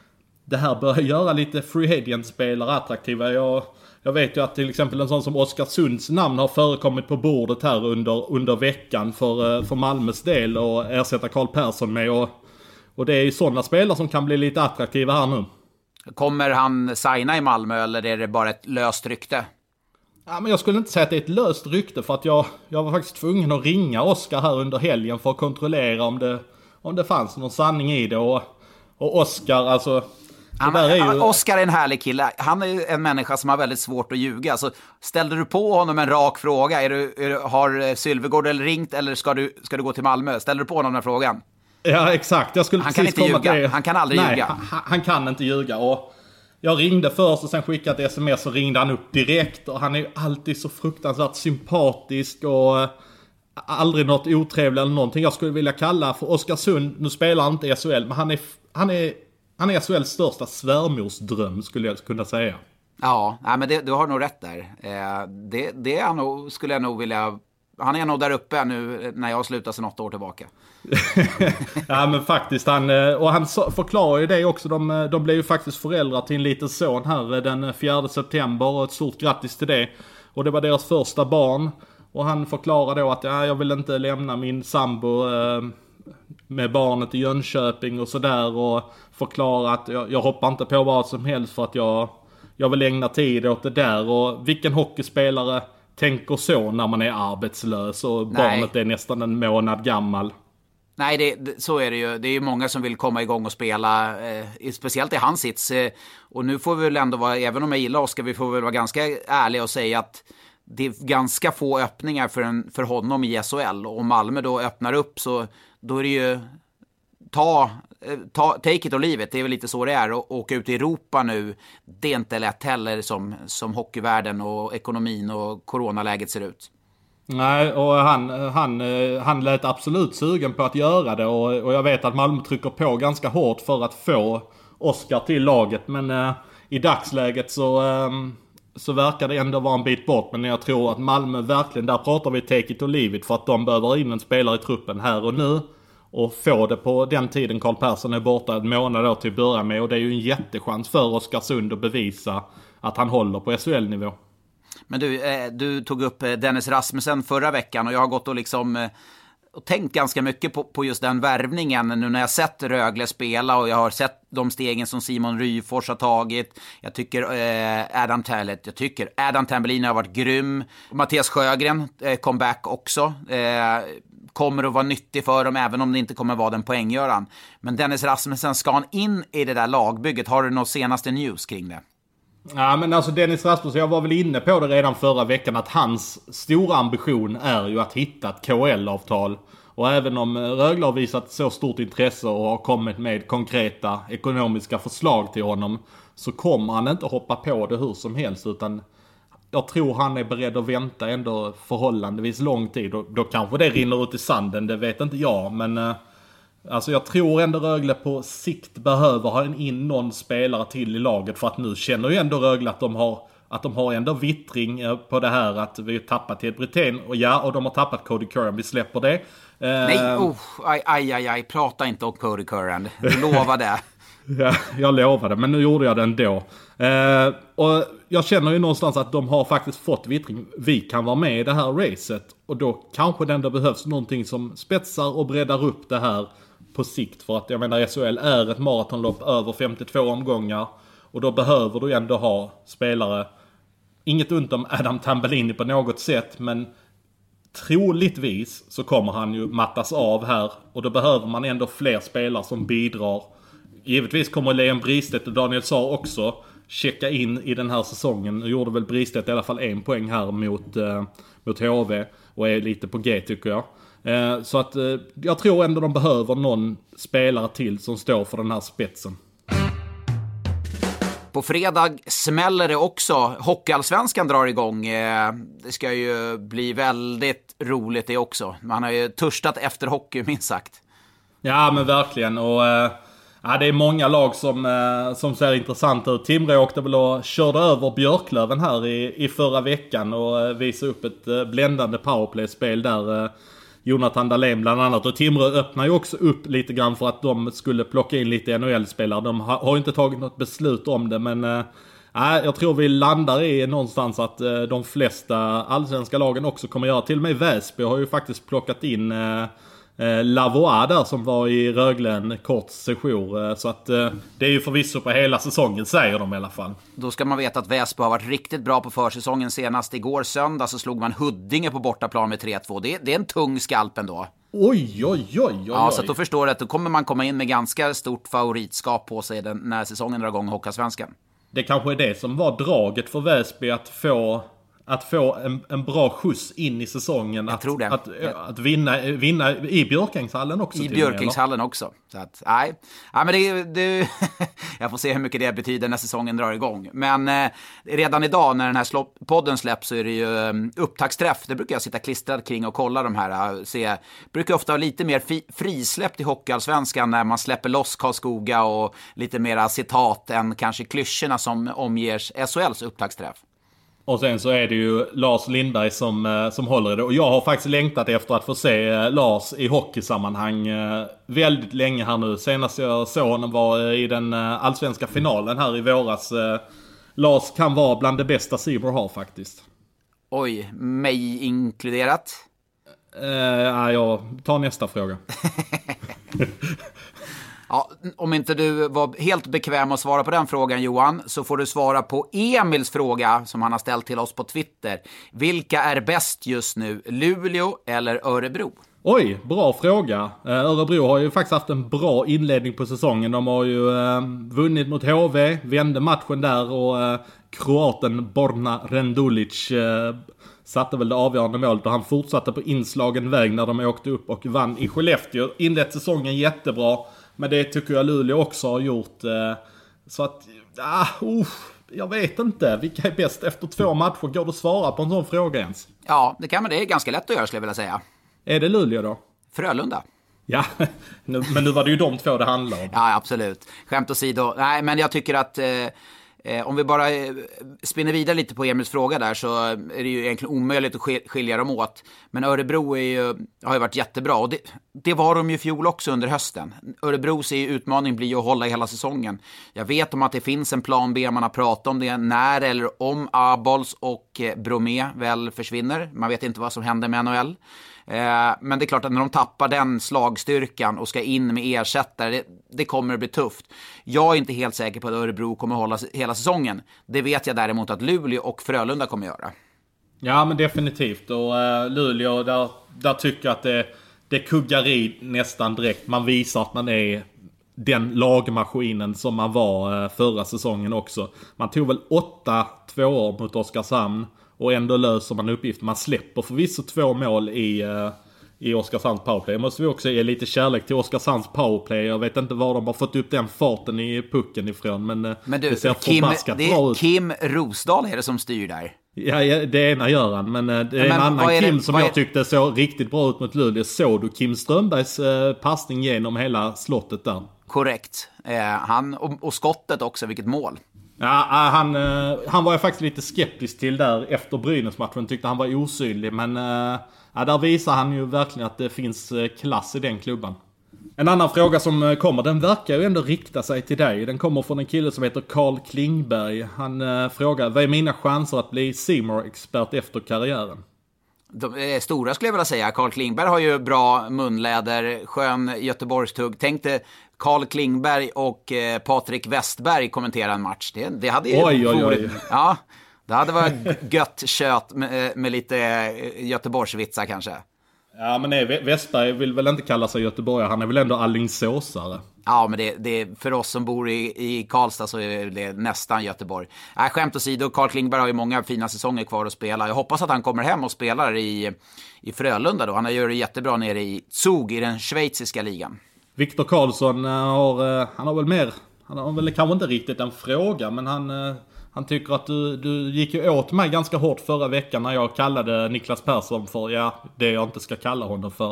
det här börjar göra lite free agent-spelare attraktiva. Jag vet ju att till exempel en sån som Oskarsunds namn har förekommit på bordet här under veckan för Malmös del och ersätta Karl Persson med. Och det är ju sådana spelare som kan bli lite attraktiva här nu. Kommer han signa i Malmö eller är det bara ett löst rykte? Ja, men jag skulle inte säga att det är ett löst rykte, för att jag var faktiskt tvungen att ringa Oskar här under helgen för att kontrollera om det fanns någon sanning i det. Och Oskar, alltså... Oskar är en härlig kille. Han är en människa som har väldigt svårt att ljuga. Så ställde du på honom en rak fråga, har Sylvegård eller ringt eller ska du gå till Malmö? Ställde du på honom den frågan? Ja, exakt. Han kan inte ljuga. Han kan aldrig ljuga. Han kan inte ljuga. Och jag ringde först och sen skickade ett sms och ringde han upp direkt. Och han är ju alltid så fruktansvärt sympatisk och aldrig något otrevligt eller någonting. Jag skulle vilja kalla för Oskarsund, nu spelar han inte i SHL, men han är SHLs största svärmorsdröm, skulle jag kunna säga. Ja, men du har nog rätt där. Det är nog, skulle jag nog vilja... Han är nog där uppe nu när jag slutar sedan 8 år tillbaka. Ja, men faktiskt. Han förklarar ju det också. De blev ju faktiskt föräldrar till en liten son här den 4 september. Och ett stort grattis till det. Och det var deras första barn. Och han förklarar då att jag vill inte lämna min sambo med barnet i Jönköping och sådär. Och förklarar att jag hoppar inte på vad som helst för att jag vill ägna tid åt det där. Och vilken hockeyspelare tänker så när man är arbetslös och barnet är nästan en månad gammal? Nej, så är det ju. Det är ju många som vill komma igång och spela, speciellt i hans sits. Och nu får vi väl ändå vara, även om jag gillar Oskar, vi får väl vara ganska ärliga och säga att det är ganska få öppningar för honom i SHL. Och om Malmö då öppnar upp så då är det ju take it or leave it. Det är väl lite så det är. Och åka ut i Europa nu, det är inte lätt heller som hockeyvärlden och ekonomin och coronaläget ser ut. Nej, och han lät absolut sugen på att göra det. Och jag vet att Malmö trycker på ganska hårt för att få Oskar till laget. Men i dagsläget så verkar det ändå vara en bit bort. Men jag tror att Malmö verkligen, där pratar vi take it or leave it. För att de behöver in en spelare i truppen här och nu. Och få det på den tiden Karl Persson är borta en månad då till att börja med. Och det är ju en jättechans för Oskarsund att bevisa att han håller på SHL-nivå. Men du tog upp Dennis Rasmussen förra veckan och jag har gått och och tänkt ganska mycket på just den värvningen nu när jag sett Rögle spela och jag har sett de stegen som Simon Ryfors har tagit. Jag tycker Adam Tambellini har varit grym. Mattias Sjögren comeback också. Kommer att vara nyttig för dem även om det inte kommer vara den poänggöran. Men Dennis Rasmussen, ska han in i det där lagbygget? Har du något senaste news kring det? Ja, men alltså Dennis Rasmussen, jag var väl inne på det redan förra veckan att hans stora ambition är ju att hitta ett KL-avtal. Och även om Rögle har visat så stort intresse och har kommit med konkreta ekonomiska förslag till honom, så kommer han inte hoppa på det hur som helst, utan jag tror han är beredd att vänta ändå förhållandevis lång tid. Då kanske det rinner ut i sanden, det vet inte jag. Men alltså jag tror ändå Rögle på sikt behöver ha in någon spelare till i laget. För att nu känner ju ändå Rögle att de har ändå vittring på det här att vi har tappat Ted Brithén. Och de har tappat Cody Curran, vi släpper det. Nej, prata inte om Cody Curran. Du lovade. Ja, jag lovade, men nu gjorde jag det ändå. Och jag känner ju någonstans att de har faktiskt fått vittring. Vi kan vara med i det här racet. Och då kanske det ändå behövs någonting som spetsar och breddar upp det här på sikt. För att jag menar, SHL är ett maratonlopp över 52 omgångar. Och då behöver du ändå ha spelare. Inget ont om Adam Tambellini på något sätt, men troligtvis så kommer han ju mattas av här. Och då behöver man ändå fler spelare som bidrar. Givetvis kommer Leon Bristedt och Daniel Saar också checka in i den här säsongen. Nu gjorde väl Bristedt i alla fall 1 poäng här mot HV och är lite på G, tycker jag. Så att jag tror ändå de behöver någon spelare till som står för den här spetsen. På fredag smäller det också. Hockeyallsvenskan drar igång. Det ska ju bli väldigt roligt det också. Man har ju törstat efter hockey, minst sagt. Ja, men verkligen. Och det är många lag som ser intressant ut. Timrå åkte väl och körde över Björklöven här i förra veckan och visade upp ett bländande powerplay-spel där. Jonathan Dahlén bland annat. Och Timrå öppnar ju också upp lite grann för att de skulle plocka in lite NHL-spelare. De har ju inte tagit något beslut om det, men jag tror vi landar i någonstans att de flesta allsvenska lagen också kommer göra. Till och med Väsby har ju faktiskt plockat in Lavois där som var i Rögle en kort session. Så att det är ju förvisso på hela säsongen, säger de i alla fall. Då ska man veta att Väsby har varit riktigt bra på försäsongen. Senast igår söndag så slog man Huddinge på bortaplan med 3-2. Det är en tung skalp ändå. Oj. Ja, så att då förstår du att då kommer man komma in med ganska stort favoritskap på sig när säsongen drar igång Hockeyallsvenskan. Det kanske är det som var draget för Väsby, att få en bra skjuts in i säsongen. Jag tror det. Att vinna i Björkängshallen också. I Björkängshallen också. Så att, nej men det jag får se hur mycket det betyder när säsongen drar igång. Men redan idag när den här podden släpps så är det ju upptaktsträff. Det brukar jag sitta klistrad kring och kolla de här. Brukar ofta vara lite mer frisläppt i Hockeyallsvenskan när man släpper loss Karlskoga och lite mera citat än kanske klyschorna som omger SHLs upptaktsträff. Och sen så är det ju Lars Lindberg som håller i det. Och jag har faktiskt längtat efter att få se Lars i hockeysammanhang väldigt länge här nu. Senast jag såg honom var i den allsvenska finalen här i våras. Lars kan vara bland det bästa C-More har faktiskt. Oj, mig inkluderat? Jag tar nästa fråga. Ja, om inte du var helt bekväm att svara på den frågan, Johan, så får du svara på Emils fråga som han har ställt till oss på Twitter. Vilka är bäst just nu, Luleå eller Örebro? Oj, bra fråga. Örebro har ju faktiskt haft en bra inledning på säsongen. De har ju vunnit mot HV, vände matchen där och kroaten Borna Rendulic satte väl det avgörande målet och han fortsatte på inslagen väg när de åkte upp och vann i Skellefteå. Inlett säsongen jättebra. Men det tycker jag Luleå också har gjort. Så att, jag vet inte. Vilka är bäst efter 2 matcher? Går det att svara på en sån fråga ens? Ja, det kan man. Det är ganska lätt att göra, skulle jag vilja säga. Är det Luleå då? Frölunda. Ja, men nu var det ju de 2 det handlar om. Ja, absolut. Skämt åsido. Nej, men jag tycker att om vi bara spinner vidare lite på Emils fråga där, så är det ju egentligen omöjligt att skilja dem åt. Men Örebro har ju varit jättebra och det var de ju fjol också under hösten. Örebros utmaning blir ju att hålla i hela säsongen. Jag vet om att det finns en plan B, man har pratat om det när eller om Abols och Bromé väl försvinner. Man vet inte vad som händer med NHL. Men det är klart att när de tappar den slagstyrkan och ska in med ersättare, det kommer att bli tufft. Jag är inte helt säker på att Örebro kommer att hålla hela säsongen. Det vet jag däremot att Luleå och Frölunda kommer att göra. Ja, men definitivt. Och Luleå, där tycker jag att det kuggar i nästan direkt. Man visar att man är den lagmaskinen som man var förra säsongen också. Man tog väl 8-2 år mot Oskarshamn. Och ändå löser man uppgiften. Man släpper förvisso 2 mål i Oskarshamns powerplay. Jag måste vi också ge lite kärlek till Oskarshamns powerplay. Jag vet inte var de har fått upp den farten i pucken ifrån. Men du, det ser förbaskat bra ut. Kim Rosdahl är det som styr där. Ja, det ena gör han. Men det är en annan Kim som jag tyckte såg riktigt bra ut mot Luleå. Såg du Kim Strömbergs passning genom hela slottet där? Korrekt. Han och skottet också, vilket mål. Ja, han var jag faktiskt lite skeptisk till där efter Brynäs-matchen. Tyckte han var osynlig. Men där visar han ju verkligen att det finns klass i den klubban. En annan fråga som kommer, den verkar ju ändå rikta sig till dig. Den kommer från en kille som heter Carl Klingberg. Han frågar, vad är mina chanser att bli C-More-expert efter karriären? De är stora, skulle jag vilja säga. Carl Klingberg har ju bra munläder, skön Göteborgstugg. Tänkte Carl Klingberg och Patrik Westberg kommentera en match. Det hade ju oj. Ja, det hade varit gött kött med lite Göteborgsvitsar kanske. Ja, men Westberg vill väl inte kalla sig göteborgare. Han är väl ändå allingsåsare. Ja, men det för oss som bor i Karlstad så är det nästan Göteborg. Skämt åsido, Carl Klingberg har ju många fina säsonger kvar att spela. Jag hoppas att han kommer hem och spelar i Frölunda då. Han gör det jättebra nere i Zug i den schweiziska ligan. Viktor Karlsson han har väl kanske inte riktigt en fråga, men han tycker att du gick ju åt mig ganska hårt förra veckan när jag kallade Niklas Persson för det jag inte ska kalla honom för.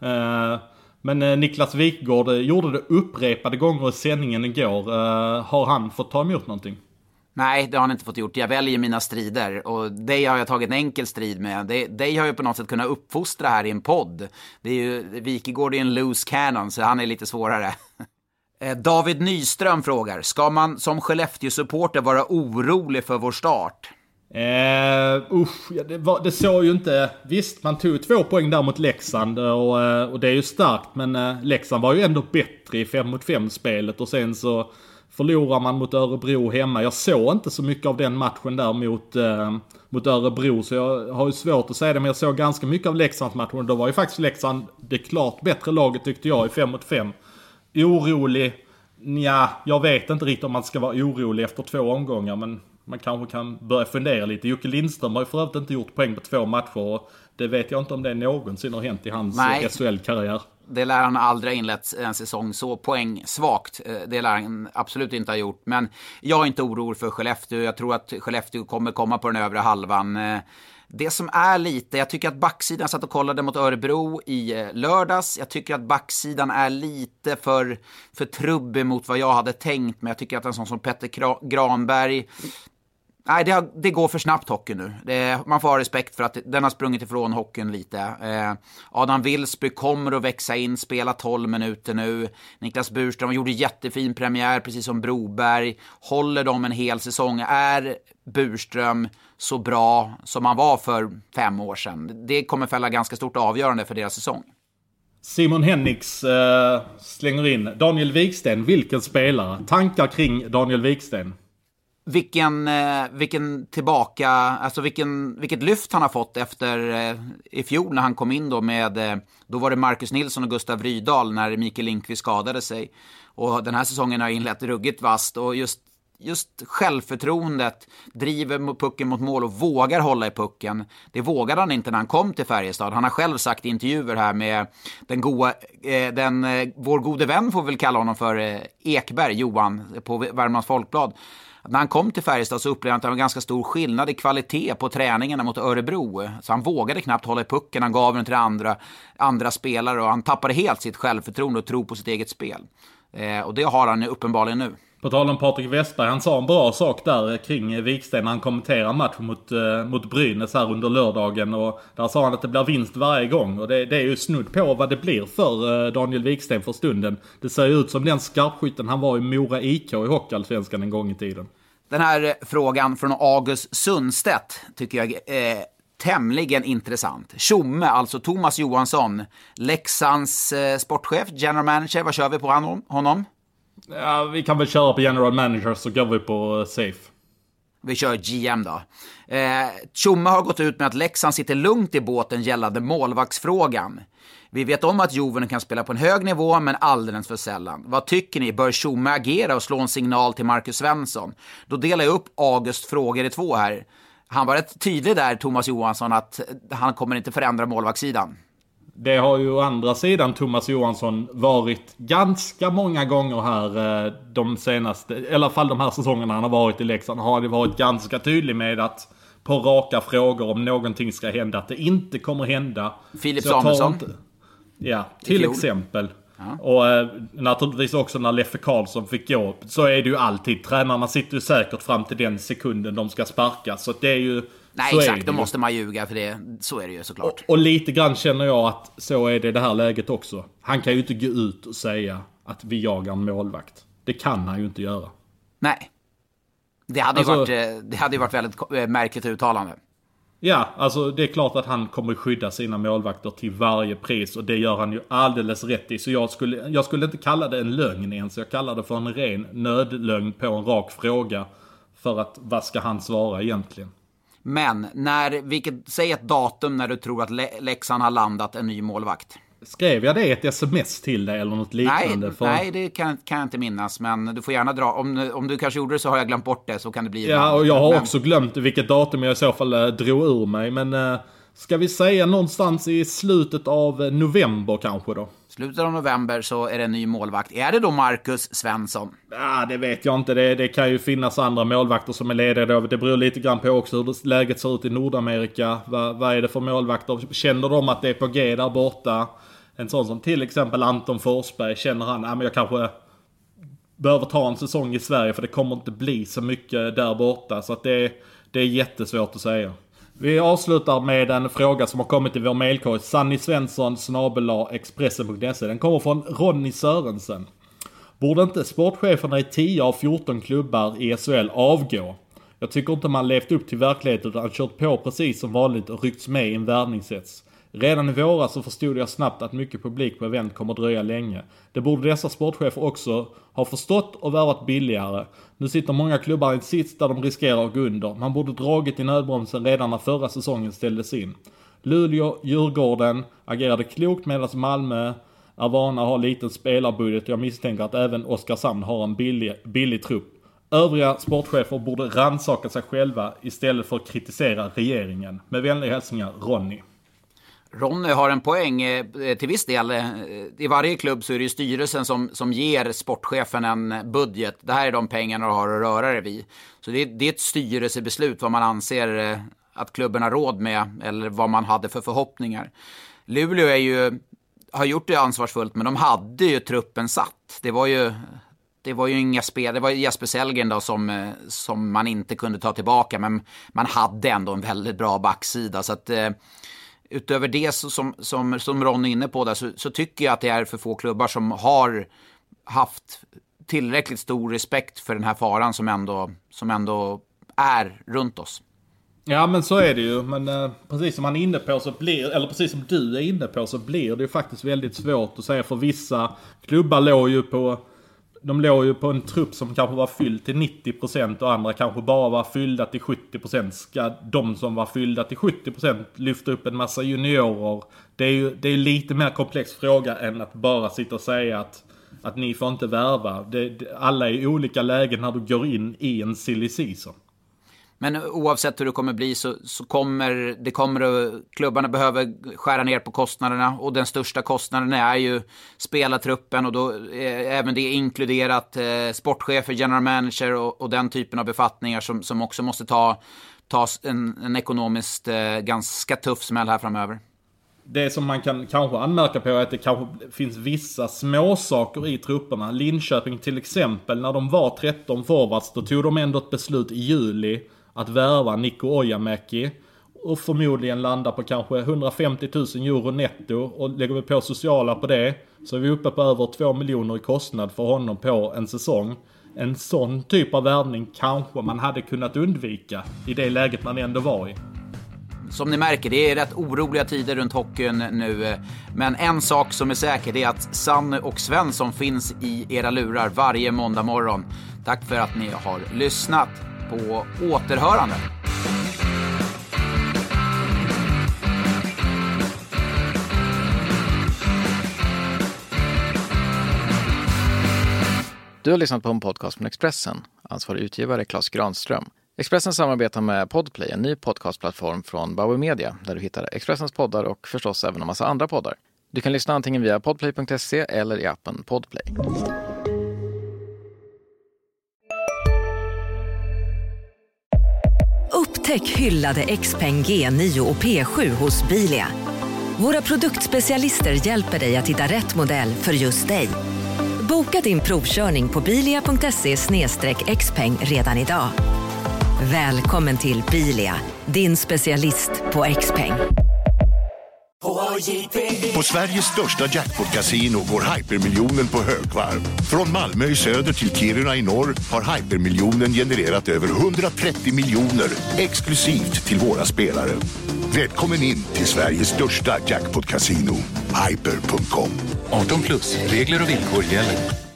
Men Niklas Wikgård gjorde det upprepade gånger i sändningen igår. Har han fått ta emot någonting? Nej, det har han inte fått gjort. Jag väljer mina strider och dig har jag tagit en enkel strid med. Dig har jag på något sätt kunnat uppfostra här i en podd. Det är ju, Wikegård är en loose cannon så han är lite svårare. David Nyström frågar, ska man som Skellefteå-supporter vara orolig för vår start? Det såg ju inte... Visst, man tog 2 poäng där mot Leksand och det är ju starkt, men Leksand var ju ändå bättre i 5-mot-5-spelet och sen så förlorar man mot Örebro hemma. Jag såg inte så mycket av den matchen där mot Örebro, så jag har ju svårt att säga det, men jag såg ganska mycket av Leksands matchen. Då var ju faktiskt Leksand det klart bättre laget tyckte jag i 5-mot-5. Orolig? Nja, jag vet inte riktigt om man ska vara orolig efter 2 omgångar, men man kanske kan börja fundera lite. Jocke Lindström har ju för övrigt inte gjort poäng på 2 matcher och det vet jag inte om det någonsin har hänt i hans SHL-karriär. Det lär han aldrig ha inlett en säsong så poängsvagt. Det lär han absolut inte ha gjort. Men jag är inte orolig för Skellefteå. Jag tror att Skellefteå kommer komma på den övre halvan. Det som är lite, jag tycker att backsidan, satt och kollade mot Örebro i lördags. Jag tycker att backsidan är lite för trubbig mot vad jag hade tänkt. Men jag tycker att en sån som Petter Granberg... Nej, det går för snabbt hockey nu. Man får ha respekt för att den har sprungit ifrån hockeyn lite. Adam Wilsby kommer att växa in, spela 12 minuter nu. Niklas Burström gjorde jättefin premiär, precis som Broberg. Håller de en hel säsong? Är Burström så bra som han var för 5 år sedan? Det kommer fälla ganska stort avgörande för deras säsong. Simon Hennix slänger in Daniel Wiksten. Vilken spelare? Tankar kring Daniel Wiksten? Vilken tillbaka, alltså vilket lyft han har fått efter i fjol när han kom in då med, då var det Marcus Nilsson och Gustav Rydahl när Mikael Lindqvist skadade sig. Och den här säsongen har inlett ruggigt vast och just självförtroendet, driver pucken mot mål och vågar hålla i pucken. Det vågade han inte när han kom till Färjestad. Han har själv sagt i intervjuer här med vår gode vän, får vi väl kalla honom för, Ekberg, Johan på Värmlands Folkblad. När han kom till Färjestad så upplevde han att det var en ganska stor skillnad i kvalitet på träningarna mot Örebro. Så han vågade knappt hålla i pucken, han gav den till andra spelare och han tappade helt sitt självförtroende och tro på sitt eget spel. Och det har han uppenbarligen nu. På tal om Patrik Westberg, han sa en bra sak där kring Wiksten när han kommenterar matchen mot Brynäs här under lördagen. Och där sa han att det blir vinst varje gång. Och det är ju snudd på vad det blir för Daniel Wiksten för stunden. Det ser ju ut som den skarpskytten han var i Mora IK i Hockeyallsvenskan en gång i tiden. Den här frågan från August Sundstedt tycker jag är tämligen intressant. Tjomme, alltså Thomas Johansson, Leksands sportchef, general manager. Vad kör vi på honom? Ja, vi kan väl köra på general manager så går vi på safe. Vi kör GM då. Tjomme har gått ut med att Leksand sitter lugnt i båten gällande målvaktsfrågan. Vi vet om att Joven kan spela på en hög nivå men alldeles för sällan. Vad tycker ni? Bör Tjomme agera och slå en signal till Marcus Svensson? Då delar jag upp August frågor i 2 här. Han var rätt tydlig där, Thomas Johansson, att han kommer inte förändra målvaktssidan. Det har ju å andra sidan Thomas Johansson varit ganska många gånger här de senaste, i alla fall de här säsongerna han har varit i Leksand, har det varit ganska tydlig med att på raka frågor om någonting ska hända, att det inte kommer hända. Filip Samuelsson. Ja, till exempel. Ja. Och naturligtvis också när Leffe Karlsson fick gå, så är det ju alltid, tränarna sitter ju säkert fram till den sekunden de ska sparka, så det är ju... Nej, så exakt, då måste man ljuga för det. Så är det ju såklart. Och lite grann känner jag att så är det i det här läget också. Han kan ju inte gå ut och säga att vi jagar en målvakt. Det kan han ju inte göra. Nej. Det hade ju varit väldigt märkligt uttalande. Ja, alltså det är klart att han kommer skydda sina målvakter till varje pris. Och det gör han ju alldeles rätt i. Så jag skulle inte kalla det en lögn ens. Jag kallar det för en ren nödlögn på en rak fråga. För att vad ska han svara egentligen? Men säg ett datum när du tror att Leksand har landat en ny målvakt. Skrev jag det ett sms till dig eller något liknande? Nej, det kan jag inte minnas. Men du får gärna dra. Om du kanske gjorde det så har jag glömt bort det. Så kan det bli. Ja, och jag har också glömt vilket datum jag i så fall drog ur mig. Men ska vi säga någonstans i slutet av november kanske då? Slutet av november så är det en ny målvakt. Är det då Marcus Svensson? Ja, det vet jag inte. Det kan ju finnas andra målvakter som är lediga. Det beror lite grann på också hur läget ser ut i Nordamerika. Vad är det för målvakter? Känner de att det är på G där borta? En sån som till exempel Anton Forsberg, känner han, men jag kanske behöver ta en säsong i Sverige, för det kommer inte bli så mycket där borta. Så att det är jättesvårt att säga. Vi avslutar med en fråga som har kommit i vår mailkorg. Sanny Svensson @expressen.se. Den kommer från Ronny Sörensen. Borde inte sportcheferna i 10 av 14 klubbar i SHL avgå? Jag tycker inte man levt upp till verkligheten utan kört på precis som vanligt och ryckts med i en värvningshets. Redan i våras så förstod jag snabbt att mycket publik på event kommer dröja länge. Det borde dessa sportchefer också ha förstått och värvat billigare. Nu sitter många klubbar i en sits där de riskerar att gå under. Man borde dragit i nödbromsen redan när förra säsongen ställdes in. Luleå, Djurgården agerade klokt medan Malmö är vana har liten spelarbudget. Jag misstänker att även Oskarshamn har en billig trupp. Övriga sportchefer borde rannsaka sig själva istället för att kritisera regeringen. Med vänliga hälsningar, Ronny. Ronny har en poäng till viss del. I varje klubb så är det ju styrelsen som ger sportchefen en budget. Det här är de pengarna du har att röra dig vid. Så det är ett styrelsebeslut vad man anser att klubben har råd med eller vad man hade för förhoppningar. Luleå har gjort det ansvarsfullt, men de hade ju truppen satt. Det var ju inga spel. Det var Jesper Sellgren då som man inte kunde ta tillbaka, men man hade ändå en väldigt bra backsida. Så att utöver det som Ron är inne på där, så tycker jag att det är för få klubbar som har haft tillräckligt stor respekt för den här faran som ändå är runt oss. Ja, men så är det ju. Men precis som man är inne på precis som du är inne på så blir det ju faktiskt väldigt svårt att säga, för vissa klubbar låg ju på en trupp som kanske var fylld till 90% och andra kanske bara var fyllda till 70%. Ska de som var fyllda till 70% lyfta upp en massa juniorer? Det är lite mer komplex fråga än att bara sitta och säga att ni får inte värva. Alla är i olika lägen när du går in i en silly season. Men oavsett hur det kommer bli så kommer klubbarna behöver skära ner på kostnaderna, och den största kostnaden är ju spelartruppen, och då även det inkluderat sportchefer, general manager och den typen av befattningar som också måste ta en ekonomiskt ganska tuff smäll här framöver. Det som man kan kanske anmärka på är att det kanske finns vissa små saker i trupperna. Linköping till exempel, när de var 13 forwards, då tog de ändå ett beslut i juli att värva Nico Ojamäki och förmodligen landa på kanske 150 000 euro netto, och lägger vi på sociala på det så är vi uppe på över 2 miljoner i kostnad för honom på en säsong. En sån typ av värvning kanske man hade kunnat undvika i det läget man ändå var i. Som ni märker, det är rätt oroliga tider runt hockeyn nu. Men en sak som är säker, det är att Sanne och Svensson finns i era lurar varje måndag morgon. Tack för att ni har lyssnat. På återhörande. Du har lyssnat på en podcast från Expressen. Ansvarig utgivare Claes Granström. Expressen samarbetar med Podplay, en ny podcastplattform från Bauer Media, där du hittar Expressens poddar och förstås även en massa andra poddar. Du kan lyssna antingen via podplay.se eller i appen Podplay. Upptäck hyllade XPeng G9 och P7 hos Bilia. Våra produktspecialister hjälper dig att hitta rätt modell för just dig. Boka din provkörning på bilia.se/xpeng redan idag. Välkommen till Bilia, din specialist på XPeng. På Sveriges största jackpot-casino går Hypermiljonen på högvarv. Från Malmö i söder till Kiruna i norr har Hypermiljonen genererat över 130 miljoner exklusivt till våra spelare. Välkommen in till Sveriges största jackpot-casino, hyper.com. 18+, regler och villkor gäller.